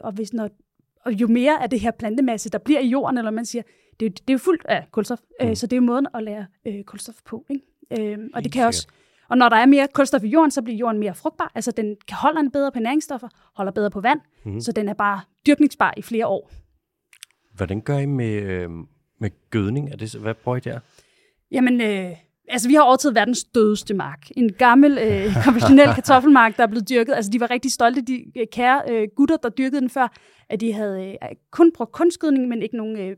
og jo mere af det her plantemasse, der bliver i jorden, eller man siger, det er jo fuldt af kulstof, så det er jo måden at lære kulstof på, ikke? Og det kan også, og når der er mere kulstof i jorden, så bliver jorden mere frugtbar, altså den kan holde bedre på næringsstoffer, holder bedre på vand, så den er bare dyrkningsbar i flere år. Hvordan gør I med gødning? Hvad bruger I der? Jamen, altså vi har overtaget verdens dødeste mark. En gammel, konventionel kartoffelmark, der er blevet dyrket. Altså de var rigtig stolte, de kære gutter, der dyrkede den før, at de havde kun brugt kunstgødning, men ikke nogen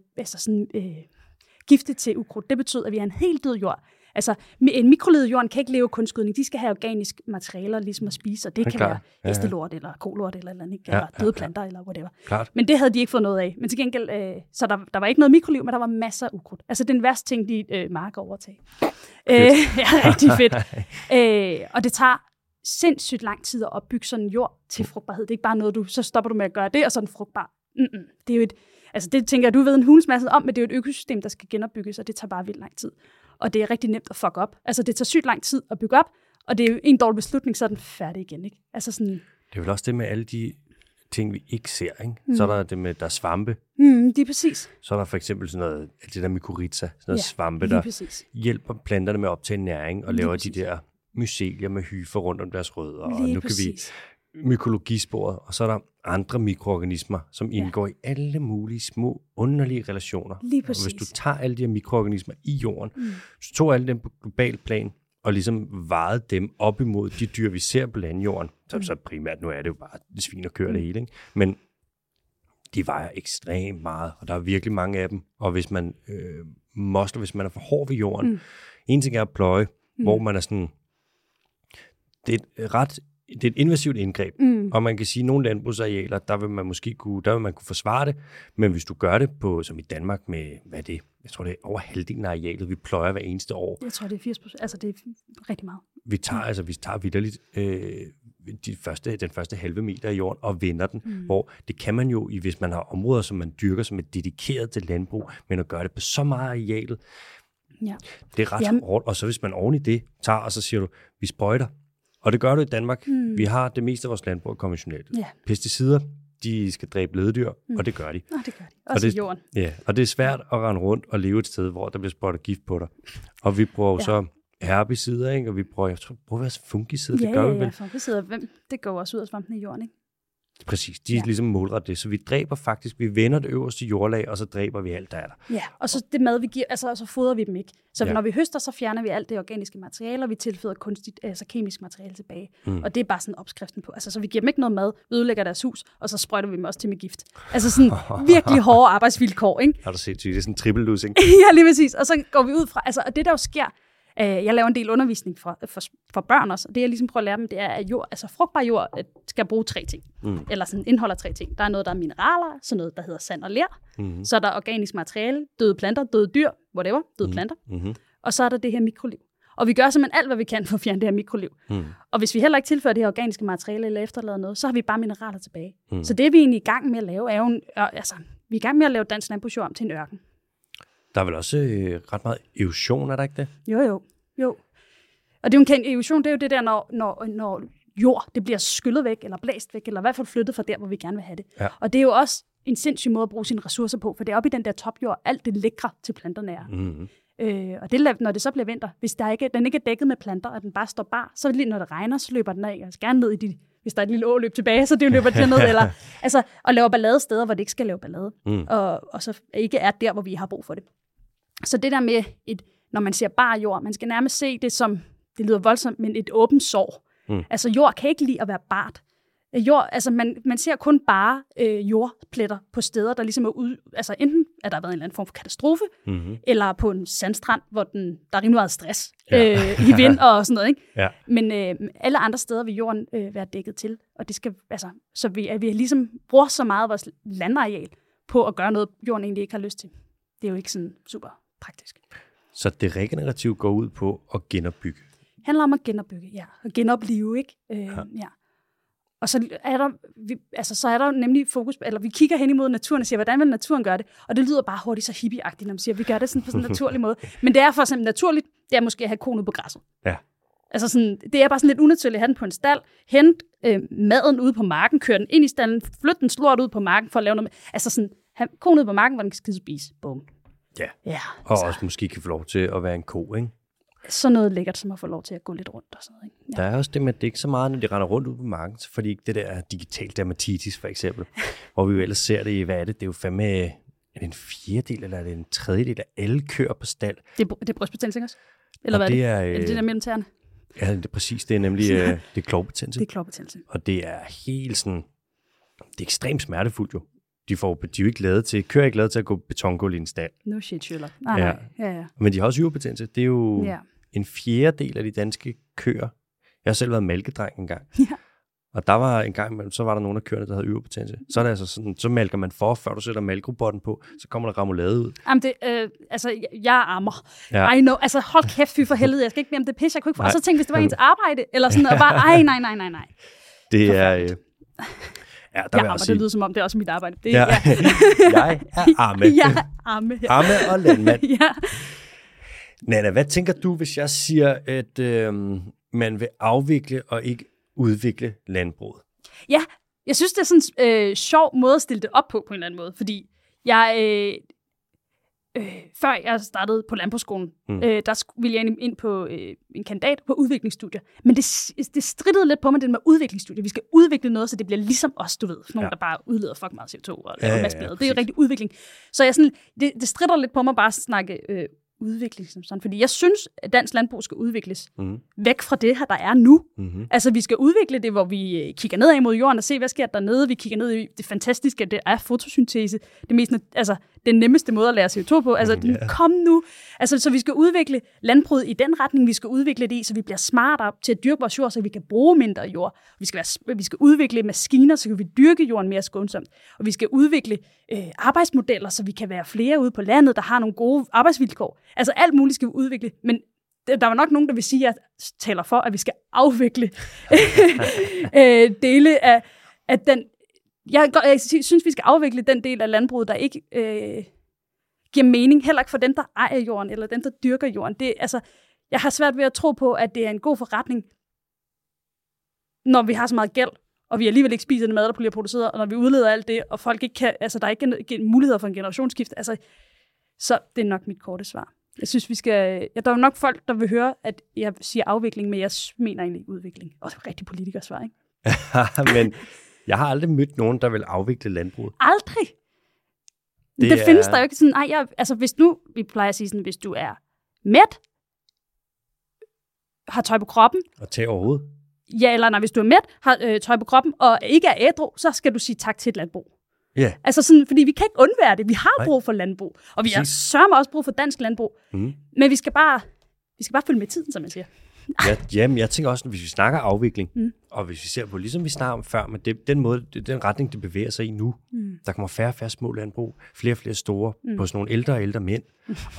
gifte til ukrudt. Det betød, at vi har en helt død jord. Altså, en mikroledet jord kan ikke leve kunstgødning. De skal have organiske materialer ligesom at spise, og det kan være hestelort eller kolort eller andet, eller døde planter eller whatever. Klart. Men det havde de ikke fået noget af. Men til gengæld, så der var ikke noget mikroliv, men der var masser af ukrudt. Altså, den værste ting, de marker overtage. Ja, rigtig fedt. Og det tager sindssygt lang tid at opbygge sådan en jord til frugtbarhed. Det er ikke bare noget, så stopper du med at gøre det, og så er den frugtbar. Det er jo det tænker jeg, du ved en hulens masse om, men det er jo et økosystem, der skal genopbygges, og det tager bare vildt lang tid. Og det er rigtig nemt at fuck op. Altså, det tager sygt lang tid at bygge op, og det er jo en dårlig beslutning, så er den færdig igen, ikke? Altså sådan. Det er vel også det med alle de ting, vi ikke ser, ikke? Så er der det med, der er svampe. Det er præcis. Så er der for eksempel sådan noget, det der mykorrhiza, sådan noget svampe, der hjælper planterne med at optage næring, og laver de der mycelier med hyfer rundt om deres rødder. Og nu kan vi mykologisporet, og så er der andre mikroorganismer, som indgår i alle mulige små, underlige relationer. Lige præcis. Og hvis du tager alle de her mikroorganismer i jorden, så tog alle dem på global plan, og ligesom vejede dem op imod de dyr, vi ser på landjorden. Så primært, nu er det jo bare svin og køer det hele, ikke? Men de vejer ekstremt meget, og der er virkelig mange af dem. Og hvis man hvis man er for hård ved jorden, en ting er at pløje, hvor man er sådan, det er et invasivt indgreb, og man kan sige, at nogle landbrugsarealer, der vil man kunne forsvare det, men hvis du gør det på, som i Danmark med, jeg tror det er over halvdelen af arealet, vi pløjer hver eneste år. Jeg tror det er 80%, altså det er rigtig meget. Vi tager vitterligt den første halve meter i jorden og vender den, hvor det kan man jo, hvis man har områder, som man dyrker, som er dedikeret til landbrug, men at gøre det på så meget arealet, det er ret hårdt, og så hvis man oven i det tager, og så siger du, vi sprøjter. Og det gør du i Danmark. Vi har det meste af vores landbrug konventionelt. Pesticider, de skal dræbe lededyr, og det gør de. Og det gør de. Også i jorden. Ja, og det er svært at rende rundt og leve et sted, hvor der bliver sprøjtet gift på dig. Og vi bruger så herbicider, ikke? Og vi bruger fungicider, det gør vi vel. Ja, fungicider. Det går også ud af svampen i jorden, ikke? Præcis, de er ligesom målrettet det. Så vi dræber faktisk, vi vender det øverste jordlag, og så dræber vi alt, der er der. Ja, og så det mad, vi giver, altså så fodrer vi dem ikke. Så når vi høster, så fjerner vi alt det organiske materiale, og vi tilføjer kunstigt, altså kemisk materiale tilbage. Og det er bare sådan opskriften på. Altså så vi giver dem ikke noget mad, ødelægger deres hus, og så sprøjter vi dem også til med gift. Altså sådan virkelig hårde arbejdsvilkår, ikke? Har du set, det er sådan en trippellussing. Ja, lige præcis. Og så går vi ud fra, altså og det der jo sker, Jeg laver en del undervisning for børn også, og det jeg ligesom prøver at lære dem, det er, at frugtbar jord skal bruge 3 ting. Eller sådan indeholder 3 ting. Der er noget, der er mineraler, så noget, der hedder sand og ler. Så er der organisk materiale, døde planter, døde dyr, whatever, døde planter. Og så er der det her mikroliv. Og vi gør simpelthen alt, hvad vi kan for at fjerne det her mikroliv. Og hvis vi heller ikke tilfører det her organiske materiale eller efterlader noget, så har vi bare mineraler tilbage. Så det vi egentlig i gang med at lave, er jo vi er i gang med at lave dansk landbrugsjord om til en ørken. Der er vel også ret meget erosion, er der ikke det? Jo. Og det er jo en erosion, det er jo det der, når jord det bliver skyllet væk, eller blæst væk, eller i hvert fald flyttet fra der, hvor vi gerne vil have det. Ja. Og det er jo også en sindssyg måde at bruge sine ressourcer på, for det er oppe i den der topjord, alt det lækre til planterne er. Og det, når det så bliver vinter, hvis den ikke er dækket med planter, og den bare står bar, så lige når det regner, så løber den af, og gerne ned i hvis der er et lille åløb tilbage, så det løber til ned, eller og laver ballade steder, hvor det ikke skal lave ballade, og så ikke er der, hvor vi har brug for det. Så det der med, når man ser bar jord, man skal nærmest se det som, det lyder voldsomt, men et åbent sår. Altså jord kan ikke lide at være bart. Man ser kun bare jordpletter på steder, der ligesom er enten at der har været en eller anden form for katastrofe, eller på en sandstrand, hvor der er rimelig meget stress i vind og sådan noget. Ikke? Ja. Men alle andre steder vil jorden være dækket til, og det skal, så vi ligesom bruger så meget af vores landareal på at gøre noget, jorden egentlig ikke har lyst til. Det er jo ikke sådan super praktisk. Så det regenerative går ud på at genopbygge? Det handler om at genopbygge, ja. Og genopleve, ikke? Ja. Og så er der nemlig fokus, eller vi kigger hen imod naturen og siger, hvordan vil naturen gøre det? Og det lyder bare hurtigt så hippieagtigt, når man siger, at vi gør det sådan på sådan en naturlig måde. Men det er for eksempel naturligt, det er måske at have koen ude på græsset. Ja. Det er bare sådan lidt unaturligt at have den på en stald, hente maden ude på marken, køre den ind i stallen, flytte den slort ud på marken for at lave noget. Have koen ude på marken, hvor den kan skide spise. Bum. Ja. Og også måske kan få lov til at være en ko, ikke? Sådan noget lækkert, som at få lov til at gå lidt rundt og sådan noget. Ikke? Ja. Der er også det med, at det ikke så meget, når de render rundt ude på marken, fordi det der er digital dermatitis for eksempel, hvor vi jo ellers ser det i, hvad er det? Det er jo fandme, er det en 4/4 eller er det en 1/3 af alle køer på stald? Det er brystbetændelse, også? Eller hvad er det? Eller det der mellem tæerne? Ja, det er præcis. Det er nemlig det er klovbetændelse. Det er klovbetændelse. Og det er helt sådan, det er ekstremt smertefuldt jo. De er jo ikke lavet til, kører ikke lavet til at gå betongulv i en stald. No shit, Sherlock. Nej. Ja. Men de har også hyperbetændelse. Det er jo en 1/4 af de danske køer. Jeg har selv været mælkedreng engang. Ja. Og der var en gang, så var der nogle af køerne, der havde hyperbetændelse. Så er det altså sådan, så malker man før du sætter mælkerobotten på, så kommer der ramulade ud. Jamen jeg ammer. Ja. I know. Hold kæft, fy for helvede. Jeg skal ikke mere om det pisse. Jeg kunne ikke få. Og så tænkte, hvis det var ens arbejde, eller sådan, og bare, nej. Det er... det lyder som om, det er også mit arbejde. Jeg er Amme. Amme og landmand. Ja. Nanna, hvad tænker du, hvis jeg siger, at man vil afvikle og ikke udvikle landbruget? Ja, jeg synes, det er sådan en sjov måde at stille det op på en eller anden måde, fordi jeg... før jeg startede på landbrugsskolen, der ville jeg ind på en kandidat på udviklingsstudier. Men det strittede lidt på mig, det med udviklingsstudier. Vi skal udvikle noget, så det bliver ligesom os, du ved. Nogen, der bare udleder fucking meget CO2 og laver en masse blade. Det er jo rigtig udvikling. Så jeg sådan, det stritter lidt på mig bare at snakke udvikling som sådan. Fordi jeg synes, at dansk landbrug skal udvikles væk fra det her, der er nu. Altså, vi skal udvikle det, hvor vi kigger nedad mod jorden og ser, hvad sker der dernede. Vi kigger ned i det fantastiske, det er fotosyntese. Den nemmeste måde at lære CO2 på. Kom nu. Så vi skal udvikle landbruget i den retning, vi skal udvikle det i, så vi bliver smartere til at dyrke vores jord, så vi kan bruge mindre jord. Vi skal udvikle maskiner, så vi kan dyrke jorden mere skånsomt. Og vi skal udvikle arbejdsmodeller, så vi kan være flere ude på landet, der har nogle gode arbejdsvilkår. Alt muligt skal vi udvikle, men der var nok nogen, der vil sige, at jeg taler for, at vi skal afvikle dele af den... Jeg synes, vi skal afvikle den del af landbruget, der ikke giver mening, heller ikke for dem, der ejer jorden, eller dem, der dyrker jorden. Jeg har svært ved at tro på, at det er en god forretning, når vi har så meget gæld, og vi alligevel ikke spiser det mad, der bliver produceret, og når vi udleder alt det, og folk ikke kan... der er ikke muligheder for en generationsskift. Så det er nok mit korte svar. Jeg synes, vi skal... der er nok folk, der vil høre, at jeg siger afvikling, men jeg mener egentlig udvikling. Og det er rigtig politikersvar, ikke? Men jeg har aldrig mødt nogen, der vil afvikle landbruget. Aldrig? Det findes der jo ikke sådan... hvis nu... Vi plejer at sige sådan, hvis du er mæt, har tøj på kroppen... Og tag overhovedet. Ja, eller hvis du er mæt, har tøj på kroppen, og ikke er ædru, så skal du sige tak til et landbrug. Yeah. Fordi vi kan ikke undvære det. Vi har brug for landbrug. Og vi har sørme også brug for dansk landbrug. Men vi skal bare Vi skal bare følge med tiden, som man siger. Jamen, jeg tænker også, hvis vi snakker afvikling, og hvis vi ser på, ligesom vi snakker om før, men den retning, det bevæger sig i nu, der kommer færre og færre små landbrug, flere og flere store, på sådan nogle ældre og ældre mænd,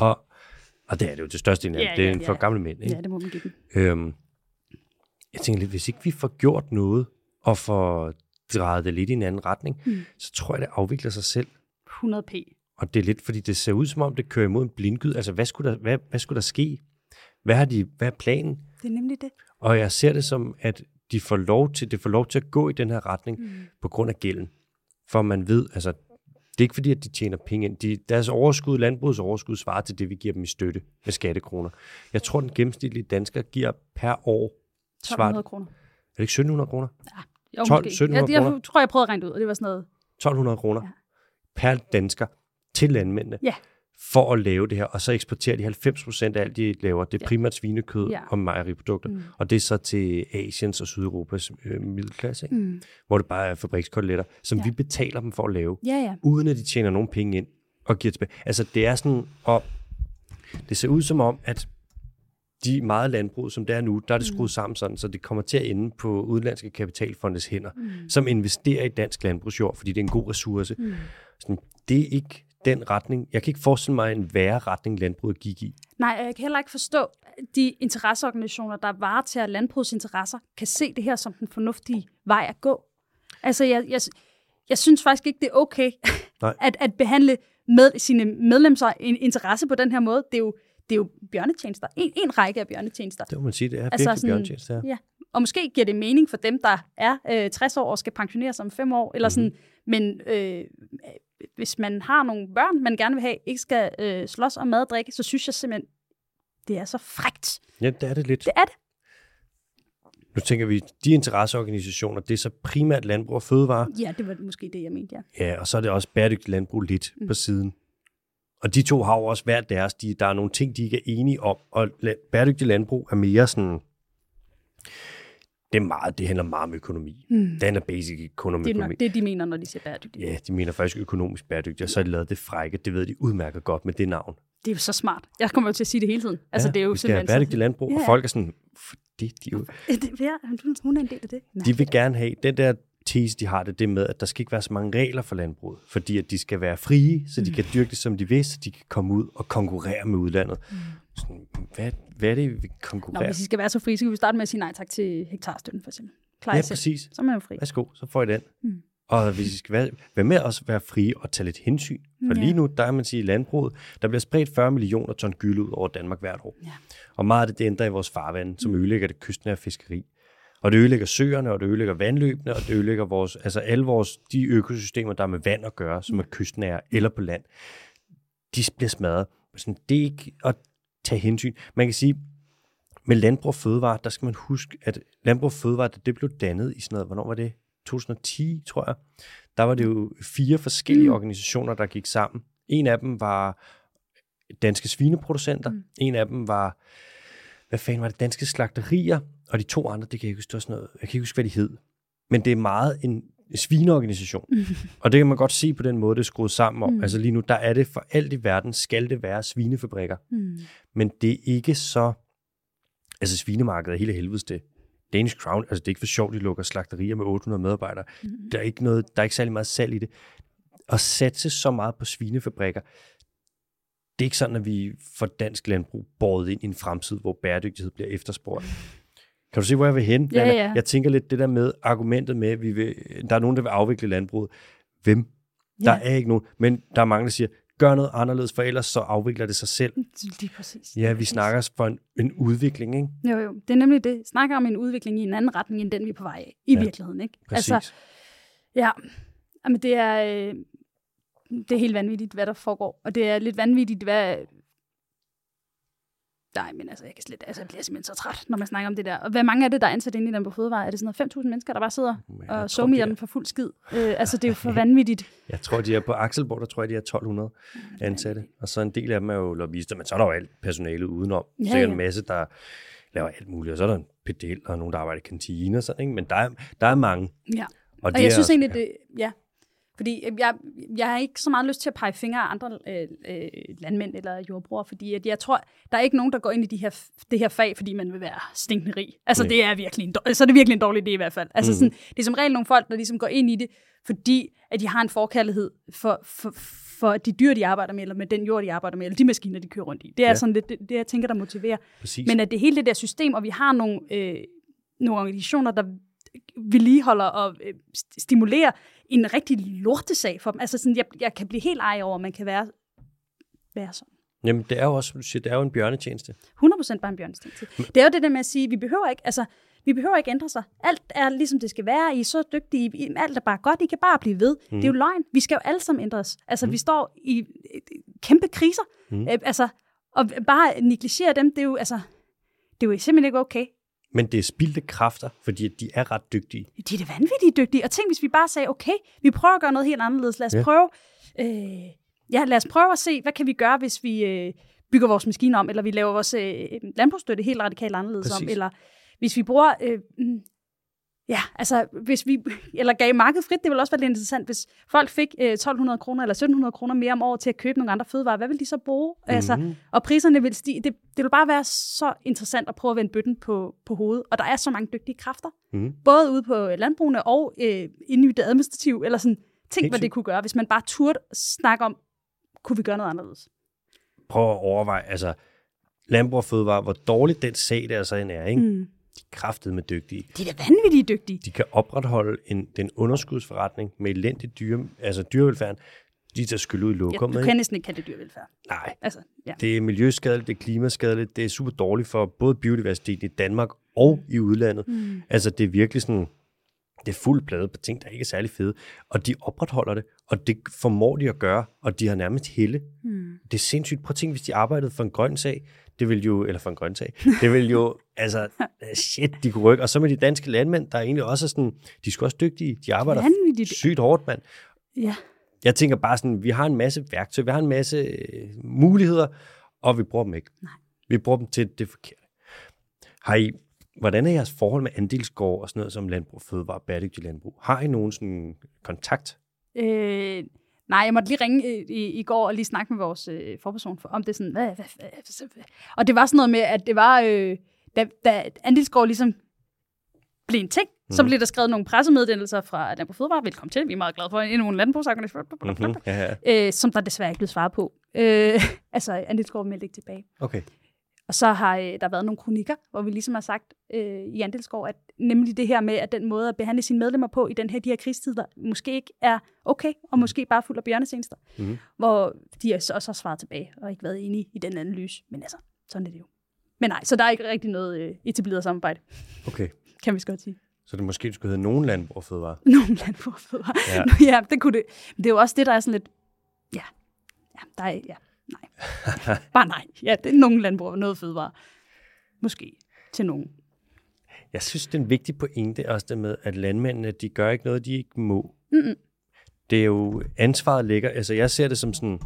og det er det jo det største, det er for gamle mænd. Ikke? Ja, det må man give dem. Jeg tænker lidt, hvis ikke vi får gjort noget, og får drejet det lidt i en anden retning, så tror jeg, det afvikler sig selv. 100p. Og det er lidt, fordi det ser ud som om, det kører imod en blindgyde. Altså, hvad skulle der ske? Hvad er planen? Det er nemlig det. Og jeg ser det som, at det får lov til at gå i den her retning på grund af gælden. For man ved, altså, det er ikke fordi, at de tjener penge ind. Deres overskud, landbrugets overskud, svarer til det, vi giver dem i støtte med skattekroner. Jeg tror, den gennemsnitlige dansker giver per år 1.200 kroner. Er det ikke 1.700 kroner? Ja, jo, 1.700 kroner? Jeg tror, jeg prøvede at regne det ud, og det var sådan noget... 1.200 kroner per dansker til landmændene. Ja. For at lave det her, og så eksporterer de 90% af alt, de laver. Det er primært svinekød og mejeriprodukter, og det er så til Asiens og Sydeuropas middelklasse, hvor det bare er fabrikskoteletter, som vi betaler dem for at lave, uden at de tjener nogen penge ind og giver tilbage. Altså det er sådan, og det ser ud som om, at de meget landbrug, som det er nu, der er det skruet sammen sådan, så det kommer til at ende på udenlandske kapitalfondes hænder, som investerer i dansk landbrugsjord, fordi det er en god ressource. Sådan, det er ikke den retning. Jeg kan ikke forestille mig en værre retning, landbruget gik i. Nej, jeg kan heller ikke forstå, at de interesseorganisationer, der varetager landbrugets interesser, kan se det her som den fornuftige vej at gå. Altså, jeg synes faktisk ikke, det er okay at behandle sine medlemmers interesse på den her måde. Det er jo bjørnetjenester. En række af bjørnetjenester. Det må man sige, det er virkelig altså bjørnetjenester. Ja. Og måske giver det mening for dem, der er 60 år og skal pensioneres om 5 år, eller sådan, men hvis man har nogle børn, man gerne vil have, ikke skal slås om mad og drikke, så synes jeg simpelthen, det er så frækt. Ja, det er det lidt. Det er det. Nu tænker vi, de interesseorganisationer, det er så primært landbrug og fødevare. Ja, det var måske det, jeg mente, ja. Ja, og så er det også bæredygtigt landbrug lidt på siden. Og de to har jo også hver deres. Der er nogle ting, de ikke er enige om. Og bæredygtigt landbrug er mere sådan... Det handler meget om økonomi. Det handler basic ikke kun om økonomi. Det er nok det, de mener, når de siger bæredygtigt. Ja, de mener faktisk økonomisk bæredygtigt, og så har de lavet det frække. Det ved de udmærket godt med det navn. Det er jo så smart. Jeg kommer jo til at sige det hele tiden. Altså, det er jo vi skal have bæredygtigt landbrug, og folk er sådan... Hun er en del af det. De vil gerne have den der tese, de har det med, at der skal ikke være så mange regler for landbruget, fordi at de skal være frie, så de kan dyrke det, som de vil, så de kan komme ud og konkurrere med udlandet. Sådan, hvad er det, vi konkurrerer? Hvis I skal være så frie, så kan vi starte med at sige nej tak til hektarstøtten, for eksempel. Ja, præcis. Så er man jo fri. Værsgo, så får I den. Og hvis I skal være med også være frie og tage lidt hensyn. For lige nu, der er man sige i landbruget, der bliver spredt 40 millioner ton gylle ud over Danmark hvert år. Ja. Og meget af det ændrer i vores farvand, som ødelægger det kystnære fiskeri. Og det ødelægger søerne, og det ødelægger vandløbene, og det ødelægger alle de økosystemer, der er med vand at gøre, som er kystnære eller på land. De bliver smadret. Sådan, det er ikke at tage hensyn. Man kan sige, med Landbrug og Fødevare, der skal man huske, at Landbrug og Fødevare, det blev dannet i sådan noget, hvornår var det? 2010, tror jeg. Der var det jo 4 forskellige organisationer, der gik sammen. En af dem var danske svineproducenter. En af dem var, danske slagterier. Og de 2 andre, det kan jeg ikke huske, jeg kan ikke huske, hvad de hed. Men det er meget en svineorganisation. Og det kan man godt se på den måde, det er skruet sammen om. Altså lige nu, der er det for alt i verden, skal det være svinefabrikker. Men det er ikke så... Altså svinemarkedet er hele helvedes det. Danish Crown, altså det er ikke for sjovt, de lukker slagterier med 800 medarbejdere. Der er ikke særlig meget salg i det. At satse så meget på svinefabrikker, det er ikke sådan, at vi får dansk landbrug båret ind i en fremtid, hvor bæredygtighed bliver efterspurgt. Kan du se, hvor jeg vil hen? Ja. Jeg tænker lidt det der med argumentet med, at der er nogen, der vil afvikle landbruget. Hvem? Der er ikke nogen. Men der er mange, der siger, gør noget anderledes, for ellers så afvikler det sig selv. Lige præcis. Ja, vi snakker for en udvikling, ikke? Jo. Det er nemlig det. Snakker om en udvikling i en anden retning, end den vi er på vej af. I virkeligheden, ikke? Præcis. Altså, men det er helt vanvittigt, hvad der foregår. Og det er lidt vanvittigt, hvad... Nej, men altså, jeg bliver simpelthen så træt, når man snakker om det der. Og hvad mange er det, der er ansat inde i den på Fødevare? Er det sådan noget 5.000 mennesker, der bare sidder og somier den for fuld skid? Altså, det er jo for vanvittigt. Jeg tror, de er på Akselborg, der tror jeg, de er 1.200 ansatte. Og så en del af dem er jo lobbyister, men så er der jo alt personalet udenom. Så er der en masse, der laver alt muligt. Og så er der en pedel og nogen, der arbejder i kantine og sådan, ikke? Men der er mange. Ja, og jeg synes egentlig, Fordi jeg har ikke så meget lyst til at pege fingre af andre landmænd eller jordbrugere, fordi at jeg tror, der er ikke nogen, der går ind i det her fag, fordi man vil være stinkende rig. Altså, det er virkelig en dårlig idé i hvert fald. Altså, sådan, det er som regel nogle folk, der ligesom går ind i det, fordi at de har en forkærlighed for de dyr, de arbejder med, eller med den jord, de arbejder med, eller de maskiner, de kører rundt i. Det er sådan lidt det, jeg tænker, der motiverer. Præcis. Men at det hele det der system, og vi har nogle organisationer, der vedligeholder og stimulerer en rigtig lortesag for dem. Altså sådan, jeg kan blive helt ej over, at man kan være sådan. Jamen, det er jo også, det er jo en bjørnetjeneste. 100% bare en bjørnetjeneste. Det er jo det der med at sige, vi behøver ikke ændre sig. Alt er ligesom det skal være. I er så dygtige. Alt er bare godt. I kan bare blive ved. Det er jo løgn. Vi skal jo alle sammen ændres. Altså, vi står i kæmpe kriser. Altså, og bare negligere dem, det er jo simpelthen ikke okay. Men det er spildte kræfter, fordi de er ret dygtige. De er da vanvittigt dygtige. Og tænk, hvis vi bare sagde, okay, vi prøver at gøre noget helt anderledes. Lad os prøve at se, hvad kan vi gøre, hvis vi bygger vores maskiner om, eller vi laver vores landbrugsstøtte helt radikalt anderledes om, eller hvis vi bruger, eller gav markedet frit, det ville også være lidt interessant, hvis folk fik 1.200 kroner eller 1.700 kroner mere om året til at købe nogle andre fødevarer, hvad vil de så bruge? Altså, og priserne vil stige. Det vil bare være så interessant at prøve at vende bøtten på hovedet, og der er så mange dygtige kræfter, både ude på landbrugene og inde i det administrative, eller sådan, tænk, hvad det kunne gøre, hvis man bare turde snakke om, kunne vi gøre noget anderledes? Prøv at overveje, altså, landbrug og fødevare, hvor dårligt den sag der så er, ikke? De er kraftedeme dygtige. De er da vanvittigt dygtige. De kan opretholde den underskudsforretning med elendig dyrevelfærden. De tager skyld ud i lokummet. Ja, du kan næsten ikke kalde det dyrevelfærd. Nej, det er miljøskadeligt, det er klimaskadeligt, det er super dårligt for både biodiversiteten i Danmark og i udlandet. Altså, det er virkelig sådan, det er fuld plade på ting, der ikke er særlig fede. Og de opretholder det, og det formår de at gøre, og de har nærmest helle. Det er sindssygt. Prøv at tænke, hvis de arbejdede for en grøn sag, det vil jo, altså, shit, de kunne rykke. Og så med de danske landmænd, der er egentlig også sådan, de er sgu også dygtige, de arbejder sygt hårdt, mand. Ja. Jeg tænker bare sådan, vi har en masse værktøj, vi har en masse muligheder, og vi bruger dem ikke. Nej. Vi bruger dem til det forkerte. Hvordan er jeres forhold med andelsgård og sådan noget som landbrug, fødevare, bæredygtig landbrug? Har I nogen sådan kontakt? Nej, jeg måtte lige ringe i går og lige snakke med vores forperson om det sådan, hvad. Og det var sådan noget med, at det var, da andelsgård ligesom blev en ting, så blev der skrevet nogle pressemeddelelser fra Landbrug Fødevare. Velkommen til, vi er meget glade for endnu en landbrugsorganisation, som der desværre ikke blev svaret på. Altså, andelsgård meldte ikke tilbage. Okay. Og så har der været nogle kronikker, hvor vi ligesom har sagt i Andelsgård, at nemlig det her med, at den måde at behandle sine medlemmer på i de her krigstider, måske ikke er okay, og måske bare fuld af bjørnetjenester. Hvor de også har svaret tilbage, og ikke været enige i den analyse. Men altså, sådan er det jo. Men nej, så der er ikke rigtig noget etableret samarbejde. Okay. Kan vi godt sige. Så det måske skulle hedde nogen landbrug og fødevare? Nogen landbrug og fødevare. Ja, det kunne det. Men det er jo også det, der er sådan lidt, nej. Bare nej. Ja, det er nogen landbrug og noget fødevare. Måske til nogen. Jeg synes, det er en vigtig pointe også det med, at landmændene, de gør ikke noget, de ikke må. Det er jo, ansvaret ligger, altså jeg ser det som sådan,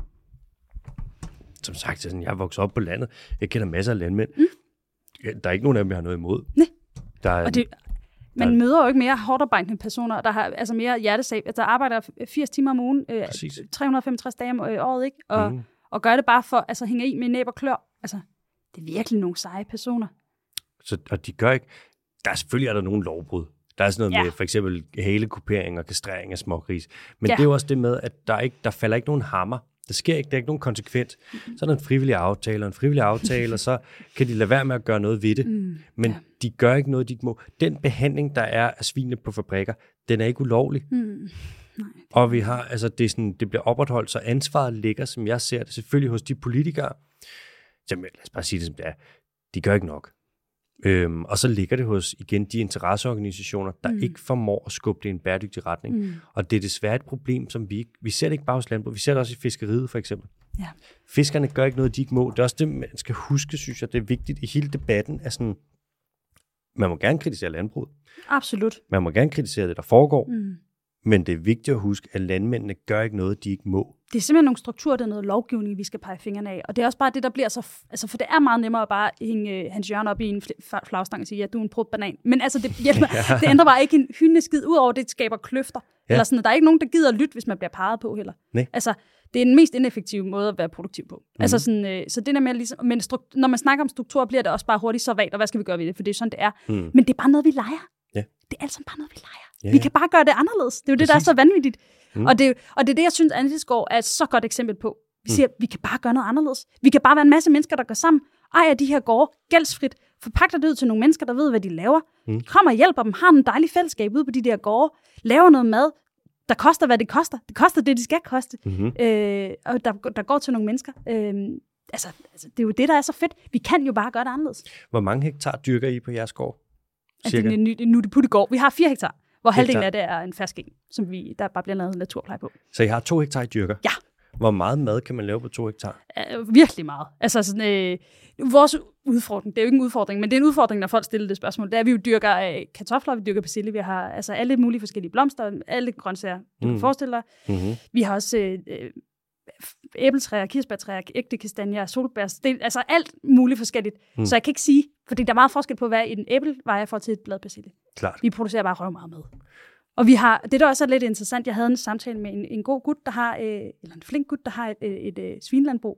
som sagt, sådan, jeg er vokset op på landet, jeg kender masser af landmænd. Der er ikke nogen af dem, jeg har noget imod. Nej. Man møder jo ikke mere hårdarbejdende personer, der har altså mere hjertesag, der arbejder 80 timer om ugen, 365 dage om året, ikke? Og gør det bare for, altså hænger i med næb og klør. Altså, det er virkelig nogle seje personer. Og de gør ikke, selvfølgelig er der nogle lovbrud. Der er sådan noget med for eksempel halekupering og kastrering af smågris. Men det er jo også det med, at der falder ikke nogen hammer. Der sker ikke, der er ikke nogen konsekvens. Så er der en frivillig aftale, og så kan de lade være med at gøre noget ved det. Men de gør ikke noget, de ikke må. Den behandling, der er af svinene på fabrikker, den er ikke ulovlig. Nej. Og vi har, altså det bliver opretholdt, så ansvaret ligger, som jeg ser det, selvfølgelig hos de politikere. Så lad os bare sige det, som det er. De gør ikke nok. Og så ligger det hos, igen, de interesseorganisationer, der ikke formår at skubbe det i en bæredygtig retning. Og det er desværre et problem, som vi ser det ikke bare hos landbrug, vi ser det også i fiskeriet, for eksempel. Ja. Fiskerne gør ikke noget, de ikke må. Det er også det, man skal huske, synes jeg, det er vigtigt i hele debatten, at sådan, man må gerne kritisere landbruget. Absolut. Man må gerne kritisere det, der foregår. Men det er vigtigt at huske, at landmændene gør ikke noget, de ikke må. Det er simpelthen nogle strukturer, der er noget lovgivning, vi skal pege fingrene af. Og det er også bare det, der bliver så... Altså, for det er meget nemmere at bare hænge Hans Jørgen op i en flagstang og sige, ja, du er en prut banan. Men altså, det hjælper. Det ændrer bare ikke en hyldende skid, udover det skaber kløfter. Eller sådan, at der er ikke nogen, der gider at lytte, hvis man bliver peget på heller. Nej. Altså, det er den mest ineffektive måde at være produktiv på. Altså sådan, så det der med ligesom, men når man snakker om struktur, bliver det også bare hurtigt så vagt, og hvad skal vi gøre ved det? For det er sådan, det er. Men det er bare noget, vi leger. Ja. Det er alt sammen bare noget, vi leger. Ja. Vi kan bare gøre det anderledes. Det er jo det, der er så vanvittigt. Og det er det, jeg synes, Andelsgård er et så godt eksempel på. Vi siger, vi kan bare gøre noget anderledes. Vi kan bare være en masse mennesker, der går sammen, ejer de her gårde gældsfrit, forpagter det ud til nogle mennesker, der ved, hvad de laver, kommer og hjælper dem, har en dejlig fællesskab ude på de der gårde, laver noget mad, der koster, hvad det koster. Det koster det, de skal koste. Og der går til nogle mennesker. Altså, det er jo det, der er så fedt. Vi kan jo bare gøre det anderledes. Hvor mange hektar dyrker I på jeres gård? Altså, nu det putte gård. Vi har 4 hektar, hvor halvdelen af det er en fersk eng, som der bare bliver lavet naturpleje på. Så I har 2 hektar, I dyrker? Ja. Hvor meget mad kan man lave på 2 hektar? Virkelig meget. Altså sådan, vores udfordring, det er jo ikke en udfordring, men det er en udfordring, når folk stiller det spørgsmål. Det er, at vi jo dyrker kartofler, vi dyrker persille, vi har altså alle mulige forskellige blomster, alle grøntsager, du kan forestille dig. Vi har også æbletræer, kirsebærtræer, ægte kastanjer, solbær, altså alt muligt forskelligt. Så jeg kan ikke sige, fordi der er meget forskel på, hvad en æblevejer får til et blad persille. Klart. Vi producerer bare røv meget med. Og vi har, det der også er lidt interessant, jeg havde en samtale med en god gut, der har, eller en flink gut, der har et svinelandbrug,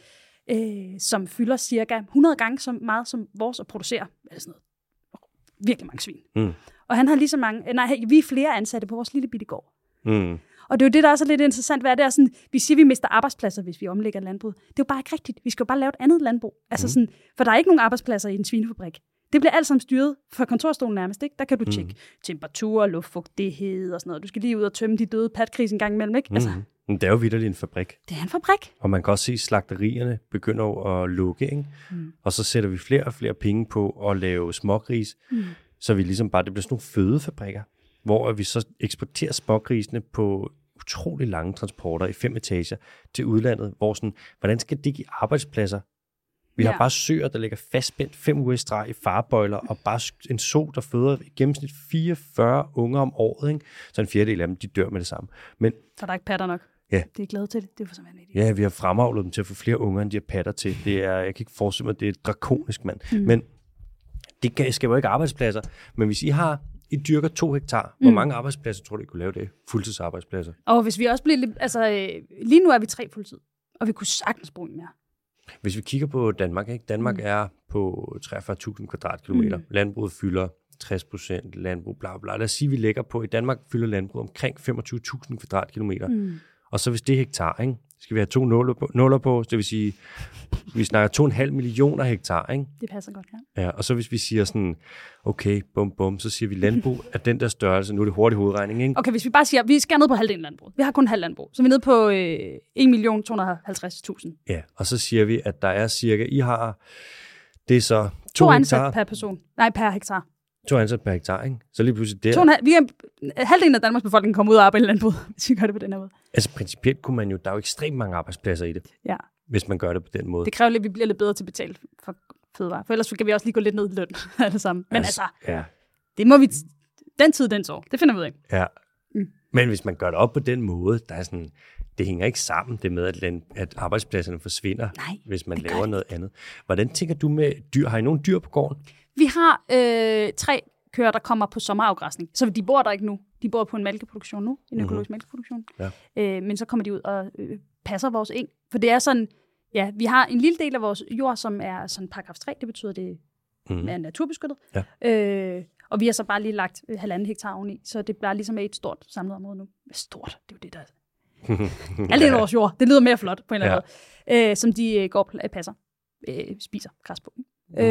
som fylder cirka 100 gange så meget som vores og producerer. Altså sådan noget. Virkelig mange svin. Og han har lige så mange, vi er flere ansatte på vores lille bitte gård. Og det er jo det, der også er lidt interessant, hvad det er sådan, vi siger, vi mister arbejdspladser, hvis vi omlægger landbruget. Det er jo bare ikke rigtigt. Vi skal jo bare lave et andet landbrug. Altså sådan, for der er ikke nogen arbejdspladser i en svinefabrik. Det bliver alt sammen styret fra kontorstolen nærmest, ikke? Der kan du tjekke temperatur, luftfugtighed og sådan noget. Du skal lige ud og tømme de døde patgris en gang imellem, ikke? Altså, men det er jo vitterligt en fabrik. det er en fabrik. Og man kan også se, at slagterierne begynder at lukke, ikke? Og så sætter vi flere og flere penge på at lave smågris, så vi ligesom bare, det bliver sådan nogle fødefabrikker, hvor vi så eksporterer smågrisene på utrolig lange transporter i 5 etager til udlandet, hvor sådan, hvordan skal det give arbejdspladser? Vi har bare søer, der ligger fastspændt 5 uger i streg i farbøjler, og bare en so, der føder i gennemsnit 44 unger om året. Ikke? Så en fjerdedel af dem, de dør med det samme. Men, så der er ikke patter nok. Ja. De er glade til det. Det er for så vanvittigt. Ja, vi har fremavlet dem til at få flere unger, end de har patter til. Det er, jeg kan ikke forestille mig, at det er drakonisk, mand. Men det skaber ikke arbejdspladser. Men hvis I dyrker 2 hektar, hvor mange arbejdspladser tror du, I kunne lave det? Fuldtidsarbejdspladser? Og hvis vi også bliver lidt, altså lige nu er vi 3 fuldtid, og vi kunne sagtens bruge mere. Hvis vi kigger på Danmark, ikke? Danmark er på 43.000 kvadratkilometer. Landbruget fylder 60%, landbrug, bla bla. Lad os sige, vi lægger på, i Danmark fylder landbruget omkring 25.000 kvadratkilometer. Og så hvis det er hektar, ikke? Skal vi have 2 nuller på, det vil sige, vi snakker 2,5 millioner hektar, ikke? Det passer godt, ja. Ja, og så hvis vi siger sådan, okay, bum, så siger vi landbrug af den der størrelse, nu er det hurtig hovedregning, ikke? Okay, hvis vi bare siger, vi skal ned på halvdelen landbrug. Vi har kun halv landbrug, så vi er nede på 1.250.000. Ja, og så siger vi, at der er cirka, I har, det er så 2 ansatte per person. Nej, per hektar. 2 ansatte per hektar, ikke? Så lige pludselig det. Halvdelen af Danmarks befolkning kommer ud og arbejder i landbruget, hvis vi gør det på den her måde. Altså principielt kunne man jo, der er jo ekstremt mange arbejdspladser i det, hvis man gør det på den måde. Det kræver lidt, at vi bliver lidt bedre til at betale for fødevarer, for ellers kan vi også lige gå lidt ned i løn alle sammen. Men det må vi, den tid, den så, det finder vi ud af. Ja, men hvis man gør det op på den måde, der er sådan, det hænger ikke sammen, det med, at arbejdspladserne forsvinder, hvis man laver noget andet. Hvordan tænker du med dyr? Har I nogle dyr på gården? Vi har 3 køer, der kommer på sommerafgræsning. Så de bor der ikke nu. De bor på en mælkeproduktion nu, en økologisk mælkeproduktion. Ja. Men så kommer de ud og passer vores eng. For det er sådan, vi har en lille del af vores jord, som er sådan paragraf 3, det betyder, det er naturbeskyttet. Ja. Og vi har så bare lige lagt 1,5 hektar oveni, så det bliver ligesom et stort samlet område nu. Stort, det er jo det, der er. Alt det vores jord, det lyder mere flot på en eller anden måde. Som de går og passer, spiser græs på.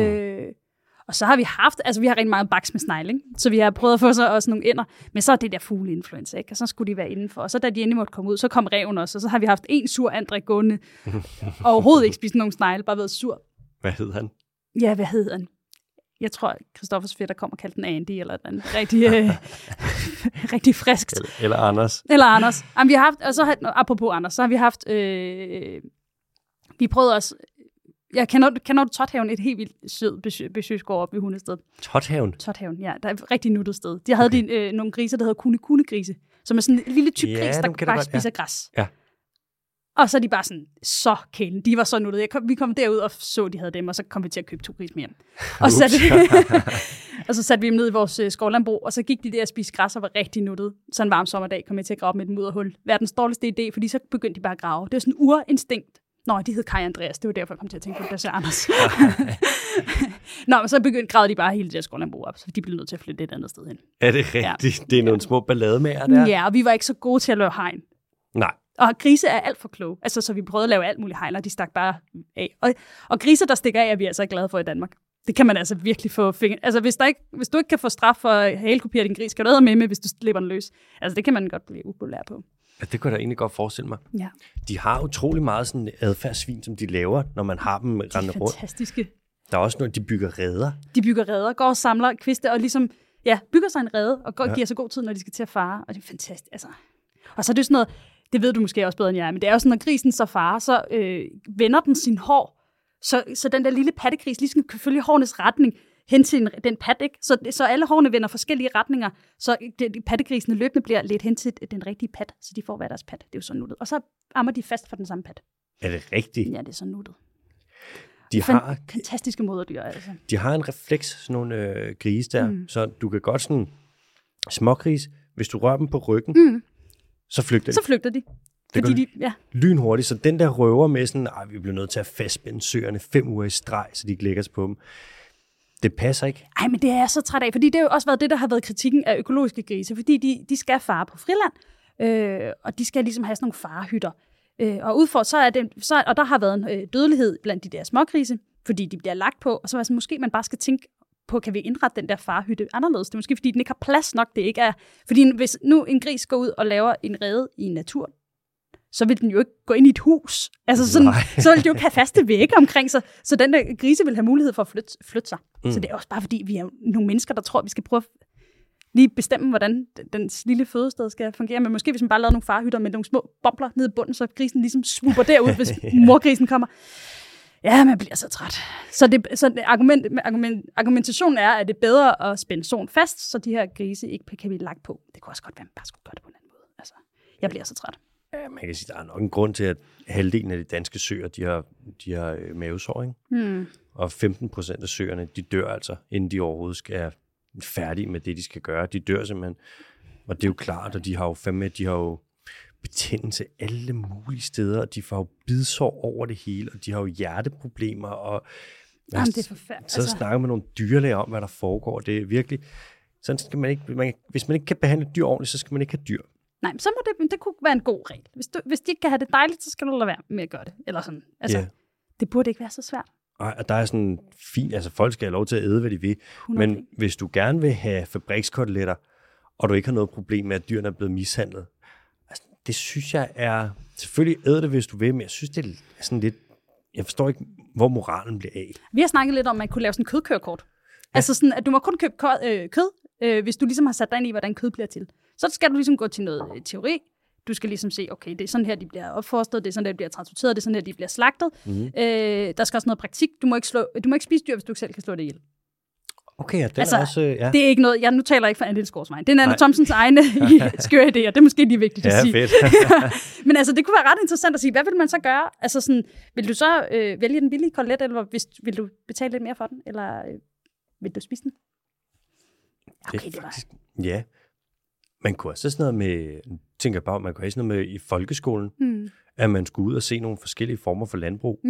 Og så har vi haft, vi har rigtig meget baks med snegle, ikke? Så vi har prøvet at få så også nogle ænder, men så er det der fugleinfluenza, ikke? Og så skulle de være indenfor. Og så da de endelig måtte komme ud, så kom ræven også, og så har vi haft en sur andræk gående, og overhovedet ikke spist nogen snegle, bare været sur. Hvad hed han? Ja, hvad hed han? Jeg tror, Christoffers fætter kom og kaldte den Andy, eller den rigtig, rigtig friskt. Eller Anders. Eller Anders. Jamen, vi har haft, og så apropos Anders, så har vi haft, vi prøvede også. Jeg kender du Tothaven, et helt vildt sød besøgsgård oppe ved Hundested. Tothaven? Tothaven, ja. Der er et rigtig nuttet sted. De havde nogle griser, der hedder kunegrise, som er sådan en lille tyk gris, der bare spiser græs. Ja. Og så er de bare sådan, så kælen. De var så nuttede. Vi kom derud og så, de havde dem, og så kom vi til at købe 2 grise med hjem. Og så satte vi dem ned i vores skovlandbrug, og så gik de der at spise græs og var rigtig nuttede. Så en varm sommerdag kom jeg til at grave med et mudderhul. Verdens dårligste idé, fordi så begyndte de bare at grave. Det var sådan en urinstinkt. Nå, de hed Kai Andreas. Det var derfor, jeg kom til at tænke på det, Anders. Nå, men så gravede de bare hele det der skovlandbrug op, så de blev nødt til at flytte et andet sted hen. Er det rigtigt? Ja. Det er nogle små ballademager der? Ja, og vi var ikke så gode til at lave hegn. Nej. Og grise er alt for kloge. Altså, så vi prøvede at lave alt muligt hegn, og de stak bare af. Og grise, der stikker af, er vi altså glade for i Danmark. Det kan man altså virkelig få altså, hvis du ikke kan få straf for at hælkopiere din gris, kan du med, hvis du slipper den løs. Altså, det kan man godt blive upopulær på. Ja, det kunne jeg da egentlig godt forestille mig. Ja. De har utrolig meget sådan adfærdssvin, som de laver, når man har dem rendende rundt. Det er fantastiske. Der er også noget, de bygger reder. De bygger reder, går og samler kviste, og ligesom, bygger sig en rede, og giver så god tid, når de skal til at fare. Og det er fantastisk. Altså. Og så er det sådan noget, det ved du måske også bedre end jeg, men det er jo sådan, når grisen så farer, så vender den sin hår, så den der lille pattegris ligesom kan følge hårenes retning hen til den pat, ikke? Så alle hårene vender forskellige retninger, så pattegrisene løbende bliver ledt hen til den rigtige pat, så de får hver deres pat. Det er jo så nuttet. Og så ammer de fast for den samme pat. Er det rigtigt? Ja, det er så nuttet. De har fantastiske moderdyr, altså. De har en refleks, sådan nogle grise der, så du kan godt sådan smågris, hvis du rører dem på ryggen, så flygter de. Så flygter de. Fordi lynhurtigt, så den der røver med sådan, vi bliver nødt til at fastspænde søerne 5 uger i streg, så de ikke lægger sig på dem. Det passer ikke. Nej, men det er jeg så træt af, fordi det har jo også været det, der har været kritikken af økologiske grise, fordi de skal fare på friland, og de skal ligesom have sådan nogle farehytter. Og udfor, og der har været en dødelighed blandt de der smågrise, fordi de bliver lagt på, og så altså, måske man bare skal tænke på, kan vi indrette den der farehytte anderledes? Det er måske, fordi den ikke har plads nok, det ikke er. Fordi hvis nu en gris går ud og laver en rede i naturen, så vil den jo ikke gå ind i et hus. Altså sådan, så vil de jo ikke have faste vægge omkring sig, så den der grise vil have mulighed for at flytte sig. Så det er også bare fordi, vi er nogle mennesker, der tror, vi skal prøve at lige bestemme, hvordan den lille fødested skal fungere. Men måske hvis man bare lavede nogle farehytter med nogle små bobler nede i bunden, så grisen ligesom swooper derud, hvis morgrisen kommer. Ja, man bliver så træt. Så argumentationen er, at det er bedre at spænde soen fast, så de her grise ikke kan blive lagt på. Det kunne også godt være, at man bare skulle gøre det på en anden måde. Altså, jeg bliver så træt. Ja, man kan sige, at der er nok en grund til, at halvdelen af de danske søer, de har mavesår, ikke? Og 15% af søerne, de dør altså, inden de overhovedet skal færdige med det, de skal gøre. De dør simpelthen. Og det er jo klart, og de har jo betændelse alle mulige steder, og de får jo bidsår over det hele, og de har jo hjerteproblemer, og jamen, det er forfærdeligt. Så snakker man nogle dyrlæger om, hvad der foregår. Det er virkelig, sådan skal man ikke, hvis man ikke kan behandle dyr ordentligt, så skal man ikke have dyr. Nej, men så må det kunne være en god regel. Hvis de ikke kan have det dejligt, så skal du lade være med at gøre det. Eller sådan. Altså, det burde ikke være så svært. Og der er sådan fint, altså folk skal have lov til at æde, hvad de vil. 100%. Men hvis du gerne vil have fabrikskoteletter, og du ikke har noget problem med, at dyrene er blevet mishandlet, altså, det synes jeg er, selvfølgelig æd det, hvis du vil, men jeg synes, det er sådan lidt, jeg forstår ikke, hvor moralen bliver af. Vi har snakket lidt om, at man kunne lave sådan en kødkørekort. Ja. Altså sådan, at du må kun købe kød, hvis du ligesom har sat dig ind i, hvordan kød bliver til. Så skal du ligesom gå til noget teori. Du skal ligesom se, okay, det er sådan her, de bliver opfostret, det er sådan her, de bliver transporteret, det er sådan her, de bliver slagtet. Der skal også noget praktik. Du må ikke spise dyr, hvis du ikke selv kan slå det ihjel. Okay, ja, det er også... Ja. Det er ikke noget... nu taler jeg ikke for Andelsgårds vejen. Det er Nanna Thomsens egne skøre idéer. Det er måske lige vigtigt at sige. Fedt. Men altså, det kunne være ret interessant at sige, hvad vil man så gøre? Altså sådan, vil du så vælge den billige kotelet, eller vil du betale lidt mere for den? Eller vil du spise den? Okay, det er faktisk... Ja. Man kunne også sådan noget med... Tænker bare, man kunne have sådan noget med i folkeskolen, at man skulle ud og se nogle forskellige former for landbrug.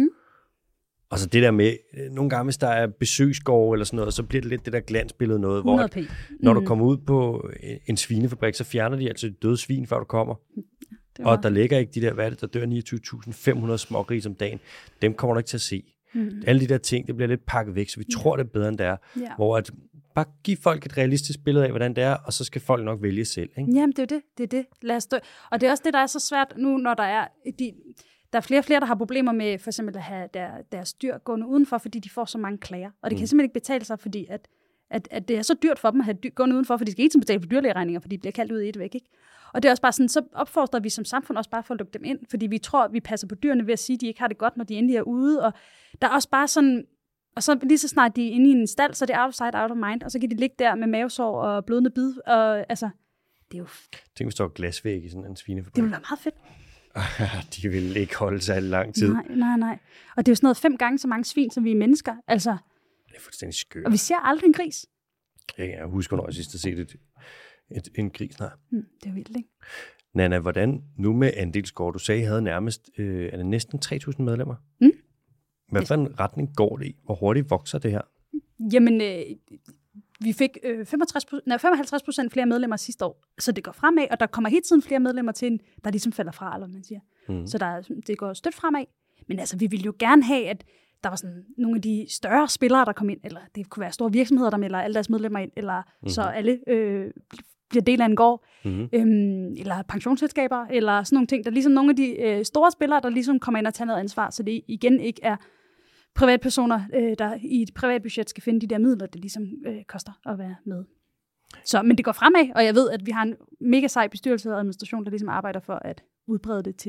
Og så det der med, nogle gange, hvis der er besøgsgård eller sådan noget, så bliver det lidt det der glansbillede noget, hvor at, når du kommer ud på en svinefabrik, så fjerner de altså døde svin, før du kommer. Og der ligger ikke de der, hvad er det, der dør 29.500 smågrise om dagen. Dem kommer du ikke til at se. Alle de der ting, det bliver lidt pakket væk, så vi tror, det er bedre, end det er. Hvor at bare give folk et realistisk billede af, hvordan det er, og så skal folk nok vælge selv. Ikke? Jamen, det er det. Lad os stå. Og det er også det, der er så svært nu, når der er... Der er flere og flere, der har problemer med for eksempel at have deres dyr gående udenfor, fordi de får så mange klager. Og det kan simpelthen ikke betale sig, fordi at det er så dyrt for dem at have dyr gående udenfor, for de skal ikke betale for dyrlægeregninger, fordi de bliver kaldt ud i et væk. Ikke? Og det er også bare sådan, så opfordrer vi som samfund også bare for at lukke dem ind, fordi vi tror, at vi passer på dyrene ved at sige, at de ikke har det godt, når de endelig er ude. Og der er også bare sådan... Og så lige så snart de er inde i en stald, så er det out of sight, out of mind, og så kan de ligge der med mavesår og blødende bid, og altså, det er jo... Tænk, hvis der var glasvæg i sådan en svinefabrik. Det ville være meget fedt. De vil ikke holde sig lang tid. Nej. Og det er jo sådan noget 5 gange så mange svin, som vi er mennesker. Altså, det er fuldstændig skørt. Og vi ser aldrig en gris. Jeg husker, når jeg sidst har set en gris. Nej. Det er vildt, ikke? Nanna, hvordan nu med Andelsgård? Du sagde, I havde nærmest er det næsten 3.000 medlemmer. Hvad for en retning går det i? Hvor hurtigt vokser det her? Jamen, vi fik 55% flere medlemmer sidste år, så det går fremad, og der kommer hele tiden flere medlemmer til, der ligesom falder fra, eller man siger. Så det går stødt fremad. Men altså, vi ville jo gerne have, at der var sådan nogle af de større spillere, der kom ind, eller det kunne være store virksomheder, der melder alle deres medlemmer ind, eller så alle bliver del af en gård, eller pensionsselskaber, eller sådan nogle ting. Der er ligesom nogle af de store spillere, der ligesom kommer ind og tager noget ansvar, så det igen ikke er privatpersoner, der i et privat budget skal finde de der midler, det ligesom koster at være med. Så, men det går fremad, og jeg ved, at vi har en mega sej bestyrelse og administration, der ligesom arbejder for at udbrede det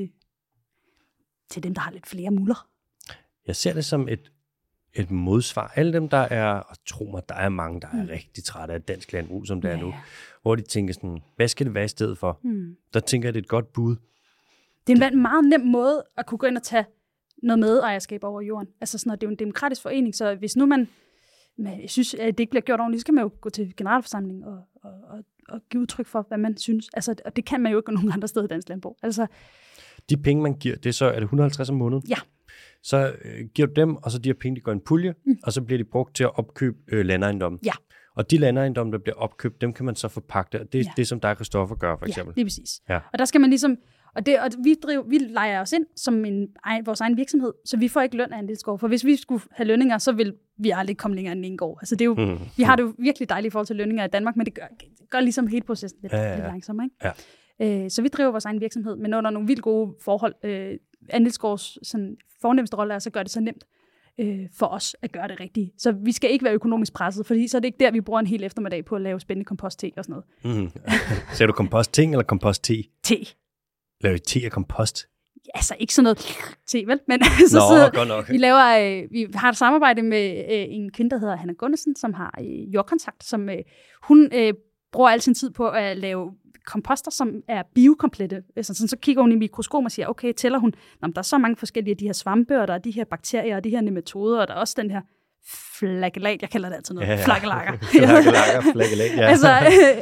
til dem, der har lidt flere muller. Jeg ser det som et modsvar. Alle dem, der er, og tro mig, der er mange, der er rigtig trætte af dansk landbrug, som det er nu, hvor de tænker sådan, hvad skal det være i stedet for? Der tænker jeg, det er et godt bud. Det er en meget nem måde at kunne gå ind og tage noget medejerskab over jorden. Altså sådan, det er jo en demokratisk forening, så hvis nu man synes, at det ikke bliver gjort ordentligt, så kan man jo gå til generalforsamling og give udtryk for, hvad man synes. Altså, og det kan man jo ikke gå nogen andre steder i dansk landbrug. Altså, de penge, man giver, det er så, er det 150 om måneden? Ja. Så giver du dem, og så de her penge, de går i en pulje, og så bliver de brugt til at opkøbe landejendomme. Ja. Og de landejendomme, der bliver opkøbt, dem kan man så forpagte, og det er det, som dig og Christoffer gør, for eksempel. Ja, lige præcis. Ja. Og der skal man ligesom, og vi lejer os ind som vores egen virksomhed, så vi får ikke løn af Andelsgård, for hvis vi skulle have lønninger, så vil vi aldrig komme længere end en gård. Altså det er jo, vi har det jo virkelig dejligt i forhold til lønninger i Danmark, men det gør ligesom hele processen lidt langsommere, ikke? Ja. Så vi driver vores egen virksomhed, men under nogle vildt gode forhold. Andelsgårds sådan fornemmeste rolle er, så gør det så nemt for os at gøre det rigtige. Så vi skal ikke være økonomisk presset, fordi så er det ikke der, vi bruger en hel eftermiddag på at lave spændende kompost-te og sådan noget. Ser du kompost-ting eller kompost-te? Te. Laver I te og kompost? Altså ikke sådan noget te, vel? Men godt nok. Vi har et samarbejde med en kvinde, der hedder Hanna Gunnarsen, som har jordkontakt, som hun bruger al sin tid på at lave komposter, som er biokomplette. Så kigger hun i mikroskop og siger, okay, tæller hun, der er så mange forskellige af de her svampe, og der er de her bakterier, og de her nematoder, og der er også den her flagellat, jeg kalder det altid noget, flagellakker, flagellat, ja. Altså,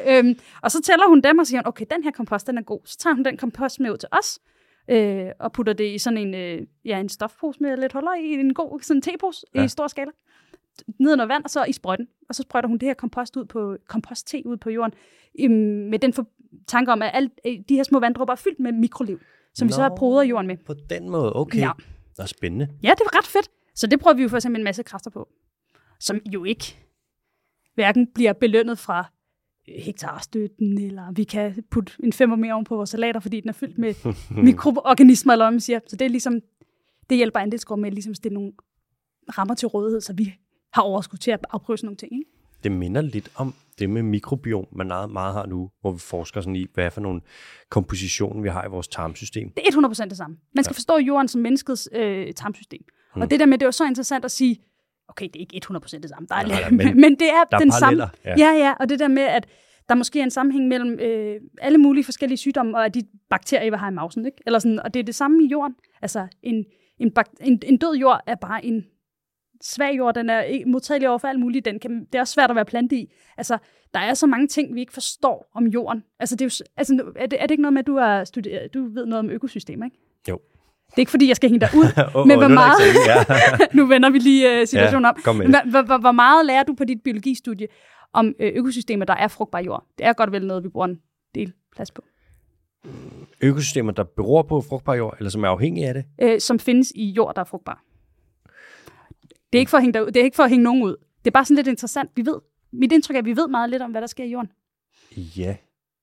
og så tæller hun dem og siger, okay, den her kompost, den er god. Så tager hun den kompost med ud til os, og putter det i sådan en stofpose med lidt huller i, en god sådan tepose i stor skala, ned under vand, og så i sprøjten. Og så sprøjter hun det her kompost-te ud på jorden, med den tanke om, at alle de her små vanddråber er fyldt med mikroliv, som vi så har prodret jorden med. På den måde, okay. Ja. Det er spændende. Ja, det er ret fedt. Så det prøver vi jo for eksempel en masse kræfter på, som jo ikke hverken bliver belønnet fra hektarstøtten, eller vi kan putte en 5 mere oven på vores salater, fordi den er fyldt med mikroorganismer, eller hvad man siger. Så det er ligesom, det hjælper Andelsgård med at ligesom stille nogle rammer til rådighed, så vi har overskud til at afprøve sådan nogle ting, ikke? Det minder lidt om det med mikrobiom, man meget har nu, hvor vi forsker sådan i, hvad for nogle kompositioner vi har i vores tarmsystem. Det er 100% det samme. Man skal forstå jorden som menneskets tarmsystem. Og det der med, det er jo så interessant at sige, okay, det er ikke 100% det samme, men det er den samme. Ja, og det der med, at der måske er en sammenhæng mellem alle mulige forskellige sygdomme, og de bakterier, vi har i mausen, ikke? Eller sådan, og det er det samme i jorden. Altså, en død jord er bare en svag jord, den er modtagelig over for alt muligt. Det er også svært at være plante i. Altså, der er så mange ting, vi ikke forstår om jorden. Altså, det er, jo, altså, er det ikke noget med, at du har studeret, du ved noget om økosystemer, ikke? Jo. Det er ikke, fordi jeg skal hænge dig ud, men hvor meget... nu vender vi lige situationen op. Hvor meget lærer du på dit biologistudie om økosystemer, der er frugtbar jord? Det er godt vel noget, vi bruger en del plads på. Økosystemer, der beror på frugtbar jord, eller som er afhængige af det? Som findes i jord, der er frugtbar. Det er ikke for at hænge dig ud. Det er ikke for at hænge nogen ud. Det er bare sådan lidt interessant. Mit indtryk er, at vi ved meget lidt om, hvad der sker i jorden. Ja.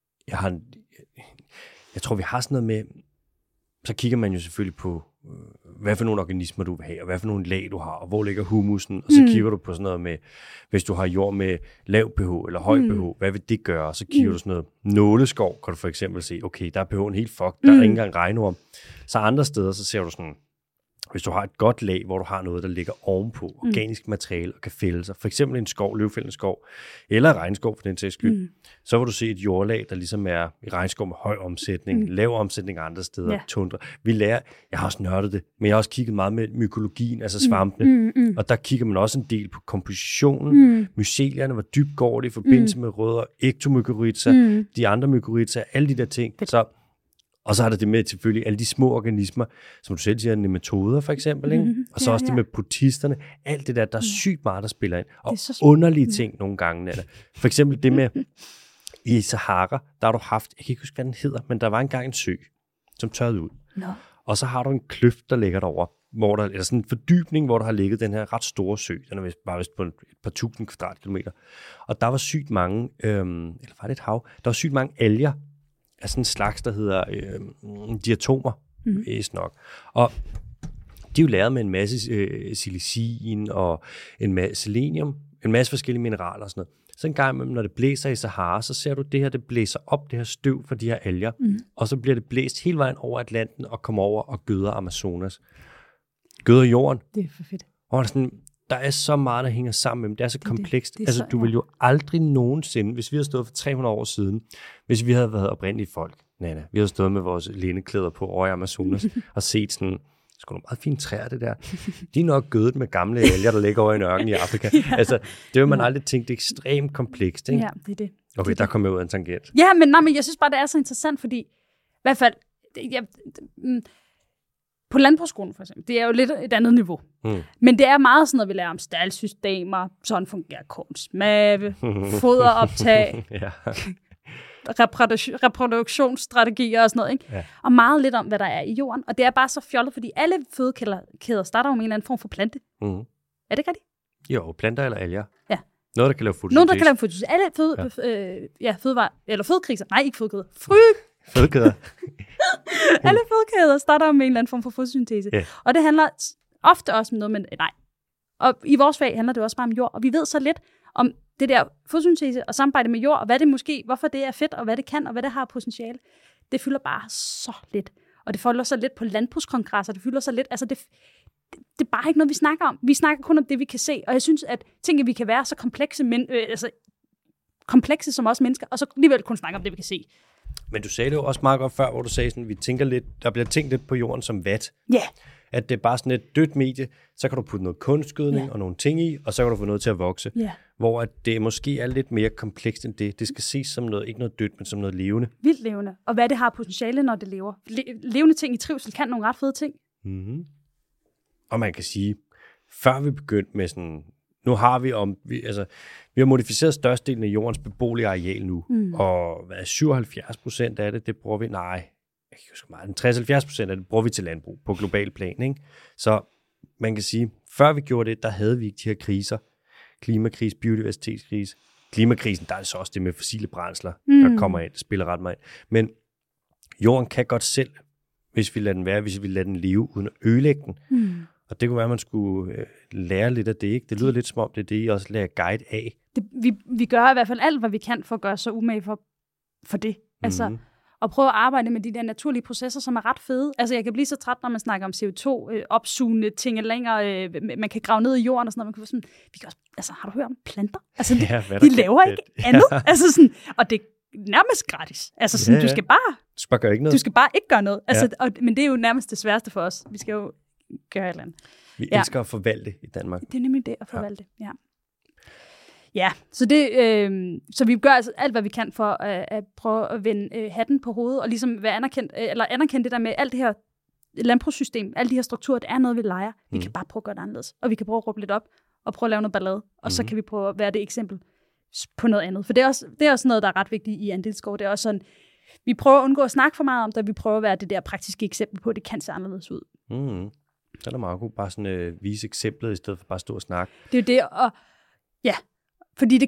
Jeg tror, vi har sådan noget med... Så kigger man jo selvfølgelig på, hvad for nogle organismer du vil have, og hvad for nogle lag du har, og hvor ligger humusen, og så kigger du på sådan noget med, hvis du har jord med lav pH eller høj pH, hvad vil det gøre? Og så kigger du sådan noget nåleskov, kan du for eksempel se, okay, der er pH'en helt fucked, der er ikke engang regnorm. Så andre steder, så ser du sådan, Hvis du har et godt lag, hvor du har noget, der ligger ovenpå, organisk materiale og kan fælde sig, for eksempel en skov, løvfældende skov, eller regnskov for den sags skyld, så vil du se et jordlag, der ligesom er i regnskov med høj omsætning, lav omsætning andre steder, tundra. Jeg har også nørdet det, men jeg har også kigget meget med mykologien, altså svampene, og der kigger man også en del på kompositionen, mycelierne, hvor dybt går det i forbindelse med rødder, ektomykorrhiza, de andre mykorrhiza, alle de der ting. Og så har det med selvfølgelig alle de små organismer, som du selv siger, nematoder for eksempel, ikke? Og så også det med protisterne. Alt det der er sygt meget, der spiller ind. Og underlige ting nogle gange. Eller. For eksempel det med, i Sahara, der har du haft, jeg kan ikke huske, hvad den hedder, men der var engang en sø, som tørrede ud. Og så har du en kløft, der ligger derovre, eller sådan en fordybning, hvor der har ligget den her ret store sø. Den er bare vist på et par tusind kvadratkilometer. Og der var sygt mange, eller var det et hav? Der var sygt mange alger, af sådan en slags, der hedder diatomer, nok. Og de er jo lavet med en masse silicin og en masse selenium, en masse forskellige mineraler og sådan noget. Så en gang imellem, når det blæser i Sahara, så ser du det her, det blæser op, det her støv fra de her alger, og så bliver det blæst hele vejen over Atlanten og kommer over og gøder Amazonas. Gøder jorden. Det er for fedt. Og der er så meget, der hænger sammen med dem. Det er så komplekst. Altså, du vil jo aldrig nogensinde, hvis vi havde stået for 300 år siden, hvis vi havde været oprindelige folk, Nanna, vi havde stået med vores lindeklæder på over i Amazonas, og set sådan, sgu nogle meget fine træer, det der. De er nok gødet med gamle alger, der ligger over i ørken i Afrika. Altså, det vil man aldrig tænke, det er ekstremt komplekst, ikke? Ja, det er det. Okay, der kom jeg ud af en tangent. Ja, men jeg synes bare, det er så interessant, fordi i hvert fald, på landbrugsskolen for eksempel, det er jo lidt et andet niveau. Men det er meget sådan noget, vi lærer om staldsystemer, sådan fungerer korns mave, foderoptag, reproduktionsstrategier og sådan noget, ikke? Ja. Og meget lidt om, hvad der er i jorden. Og det er bare så fjollet, fordi alle fødekæder starter jo med en eller anden form for plante. Er det ikke rigtigt? Jo, planter eller alger. Ja. Noget, der kan lave fotosyntese. Noget, der kan lave fotosyntese. Alle fødevarer, eller fødekriser. Nej, ikke fødekæder. Fødekæder. Alle fødekæder starter med en eller anden form for fotosyntese. Yeah. Og det handler ofte også om noget med, og i vores fag handler det også bare om jord, og vi ved så lidt om det der fotosyntese og samarbejde med jord, og hvad det måske, hvorfor det er fedt, og hvad det kan, og hvad det har potentiale. Det fylder bare så lidt. Og det fylder så lidt på landbrugskongresser, det fylder så lidt, altså det er bare ikke noget, vi snakker om. Vi snakker kun om det, vi kan se, og jeg synes, at ting, vi kan være så komplekse, komplekse som os mennesker, og så alligevel kun snakke om det, vi kan se. Men du sagde det jo også meget godt før, hvor du sagde sådan, der bliver tænkt lidt på jorden som vat. Ja. Yeah. At det er bare sådan et dødt medie, så kan du putte noget kunstgødning og nogle ting i, og så kan du få noget til at vokse. Yeah. Hvor at det måske er lidt mere komplekst end det. Det skal ses som noget, ikke noget dødt, men som noget levende. Vildt levende. Og hvad det har potentiale, når det lever. Levende ting i trivsel kan nogle ret fede ting. Og man kan sige, før vi begyndte med sådan, nu har vi har modificeret størstedelen af jordens beboelige areal nu, og 77% af det bruger vi, jeg kan huske meget, 60-70% af det bruger vi til landbrug på global plan, ikke? Så man kan sige, før vi gjorde det, der havde vi ikke de her kriser, klimakrise, biodiversitetskrise. Klimakrisen, der er det så også det med fossile brændsler, der kommer ind, spiller ret meget ind. Men jorden kan godt selv, hvis vi lader den være, hvis vi lader den leve, uden at ødelægge den. Og det kunne være, at man skulle lære lidt af det, ikke? Det lyder lidt som om, det er det, I også lærer guide af. Vi gør i hvert fald alt, hvad vi kan for at gøre så umage for det. Altså, og prøve at arbejde med de der naturlige processer, som er ret fede. Altså, jeg kan blive så træt, når man snakker om CO2, opsugende ting længere, man kan grave ned i jorden og sådan noget. Man kan få sådan, vi kan også, har du hørt om planter? Altså, de laver ikke andet. Altså, sådan, og det er nærmest gratis. Altså, sådan, du skal bare gøre ikke noget. Du skal bare ikke gøre noget. Altså, men det er jo nærmest det sværeste for os. Vi skal jo gøre et eller andet. Vi elsker at forvalte i Danmark. Det er nemlig det, at forvalte. Ja, så vi gør altså alt, hvad vi kan for at prøve at vende hatten på hovedet, og ligesom være anerkendt det der med alt det her landbrugssystem, alle de her strukturer, det er noget, vi leger. Vi kan bare prøve at gøre det anderledes, og vi kan prøve at råbe lidt op, og prøve at lave noget ballade, og så kan vi prøve at være det eksempel på noget andet. For det er også noget, der er ret vigtigt i andelsskov. Det er også sådan, vi prøver at undgå at snakke for meget om det, vi prøver at være det der praktiske eksempel på, at det kan se anderledes ud. Så er det meget godt bare sådan vise eksemplet, i stedet for bare at stå og snakke. Det er jo det, og ja, fordi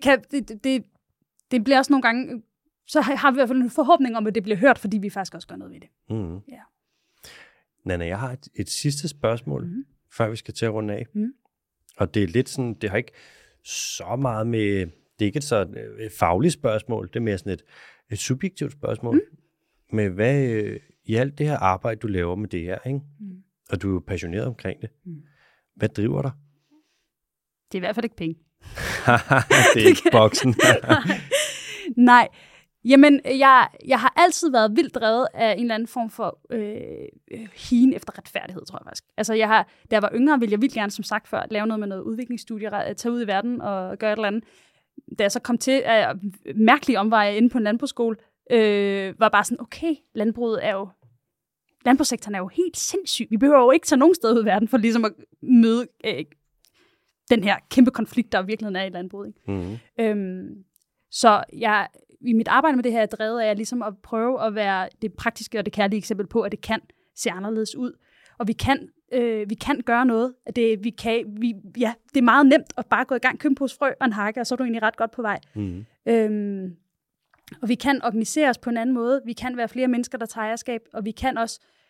det bliver også nogle gange, så har vi i hvert fald en forhåbning om, at det bliver hørt, fordi vi faktisk også gør noget ved det. Ja. Nanna, jeg har et sidste spørgsmål, før vi skal til at runde af. Og det er lidt sådan, det har ikke så meget med, det er ikke et så fagligt spørgsmål, det er mere sådan et subjektivt spørgsmål. Med hvad i alt det her arbejde, du laver med det her, ikke? og du er passioneret omkring det. Hvad driver dig? Det er i hvert fald ikke penge. Det er ikke boksen. Nej. Jamen, jeg har altid været vildt drevet af en eller anden form for higen efter retfærdighed, tror jeg faktisk. Altså, da jeg var yngre, ville jeg vildt gerne, som sagt før, lave noget med noget udviklingsstudier, tage ud i verden og gøre et eller andet. Da jeg så kom til mærkelige omveje inde på en landbrugsskole, var bare sådan, okay, landbrugssektoren er jo helt sindssyg. Vi behøver jo ikke tage nogen sted ud i verden for ligesom at møde den her kæmpe konflikt, der virkelig er i landbruget. Ikke? Så i mit arbejde med det her er drevet af ligesom at prøve at være det praktiske og det kærlige eksempel på, at det kan se anderledes ud. Og vi kan gøre noget. Det er meget nemt at bare gå i gang, købe en pose frø og en hakke, og så er du egentlig ret godt på vej. Og vi kan organisere os på en anden måde. Vi kan være flere mennesker, der tager ejerskab, og vi kan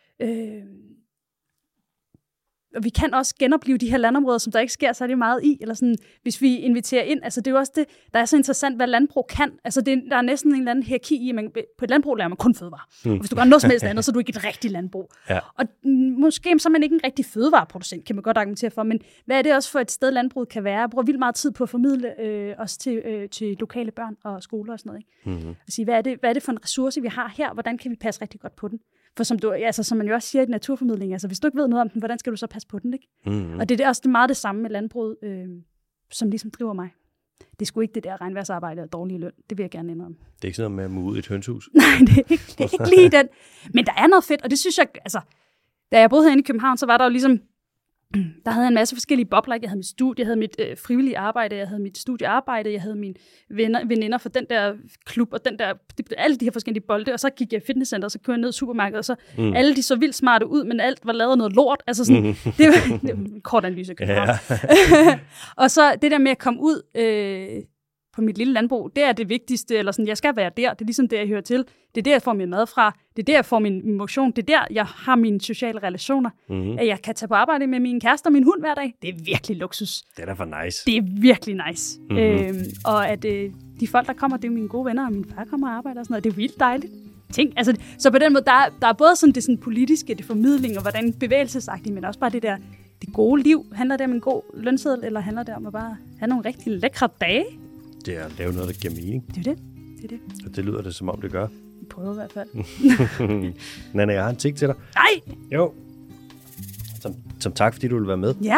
også genopleve de her landområder, som der ikke sker særlig meget i, eller sådan, hvis vi inviterer ind. Altså, det er jo også det, der er så interessant, hvad landbrug kan. Altså, der er næsten en eller anden hierarki i, på et landbrug lærer man kun fødevarer. Og hvis du gør noget som helst andet, så er du ikke et rigtigt landbrug. Ja. Og måske så er man ikke en rigtig fødevareproducent, kan man godt argumentere for, men hvad er det også for et sted, landbruget kan være? Jeg bruger vildt meget tid på at formidle også til lokale børn og skoler og sådan noget. Ikke? At sige, hvad er det for en ressource, vi har her? Hvordan kan vi passe rigtig godt på den? For som man jo også siger i naturformidling, altså hvis du ikke ved noget om den, hvordan skal du så passe på den, ikke? Og det er også meget det samme med landbruget, som ligesom driver mig. Det er sgu ikke det der regnværsarbejde og dårlige løn. Det vil jeg gerne indrømme. Det er ikke sådan noget med at mode et hønsehus? Nej, det er ikke lige den. Men der er noget fedt, og det synes jeg, altså, da jeg boede herinde i København, så var der jo ligesom, der havde jeg en masse forskellige bobler. Jeg havde mit studie, jeg havde mit frivillige arbejde, jeg havde mit studiearbejde, jeg havde mine veninder for den der klub, og alle de her forskellige bolde, og så gik jeg i fitnesscenter, og så kørte jeg ned i supermarkedet, og så alle de så vildt smarte ud, men alt var lavet noget lort. Altså sådan, det var en kort analyse af København. Ja. Og så det der med at komme ud på mit lille landbrug, det er det vigtigste, eller sådan, jeg skal være der, det er ligesom det, jeg hører til. Det er der, jeg får min mad fra, det er der, jeg får min motion, det er der, jeg har mine sociale relationer. At jeg kan tage på arbejde med min kæreste og min hund hver dag, det er virkelig luksus. Det er da for nice. Det er virkelig nice. Og at de folk, der kommer, det er mine gode venner, og min far kommer og arbejder og sådan noget, det er vildt dejligt. Altså, så på den måde, der er både sådan det sådan politiske, det formidling, og hvordan bevægelsesagtigt, men også bare det der, det gode liv. Handler det om en god lønseddel, eller handler det om at bare have nogle rigtig lækre dage? Det er at lave noget, der giver mening. Det er det. Og det lyder det, som om det gør. Vi prøver i hvert fald. Nanna, jeg har en ting til dig. Nej! Jo. Som tak, fordi du vil være med. Ja.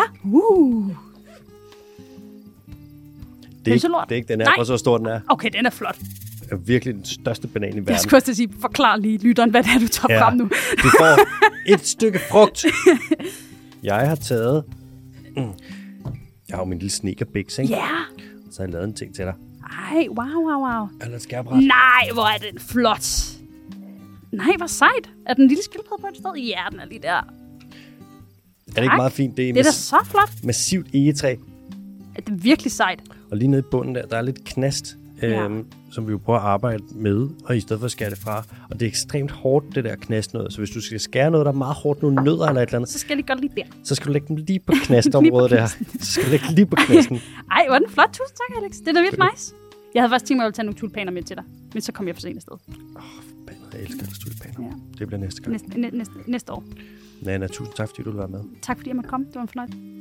Det er ikke den her, hvor så stor den er. Okay, den er flot. Det er virkelig den største banan i verden. Jeg skulle også sige, forklar lige lytteren, hvad det er, du tager frem nu. Du får et stykke frugt. Jeg har taget... Jeg har jo min lille sneakerbiks, ikke? Ja. Så har jeg lavet en ting til dig. Ej, wow. Eller et skærbræt. Nej, hvor er den flot. Nej, hvor sejt. Er den lille skildpadde på et sted? Ja, den er lige der. Er det ikke meget fint? Det er da så flot. Massivt egetræ. Er det virkelig sejt? Og lige nede i bunden der er lidt knast, som vi jo prøver at arbejde med, og i stedet for at skære det fra. Og det er ekstremt hårdt, det der knast noget. Så hvis du skal skære noget, der er meget hårdt, nogle nødder eller et eller andet, så skal det godt lige der. Så skal du lægge dem lige på knastområdet der. Så skal du lægge lige på knasten. Ej, hvor er den flot. Tusind tak, Alex. Det er da vildt nice. Jeg havde faktisk tænkt mig at tage nogle tulipaner med til dig, men så kom jeg for sent afsted. Jeg elsker alle tulipaner. Ja. Det bliver næste gang. Næste år. Nanna, tusind tak, fordi du ville være med. Tak fordi jeg måtte komme. Det var en fornøjelse.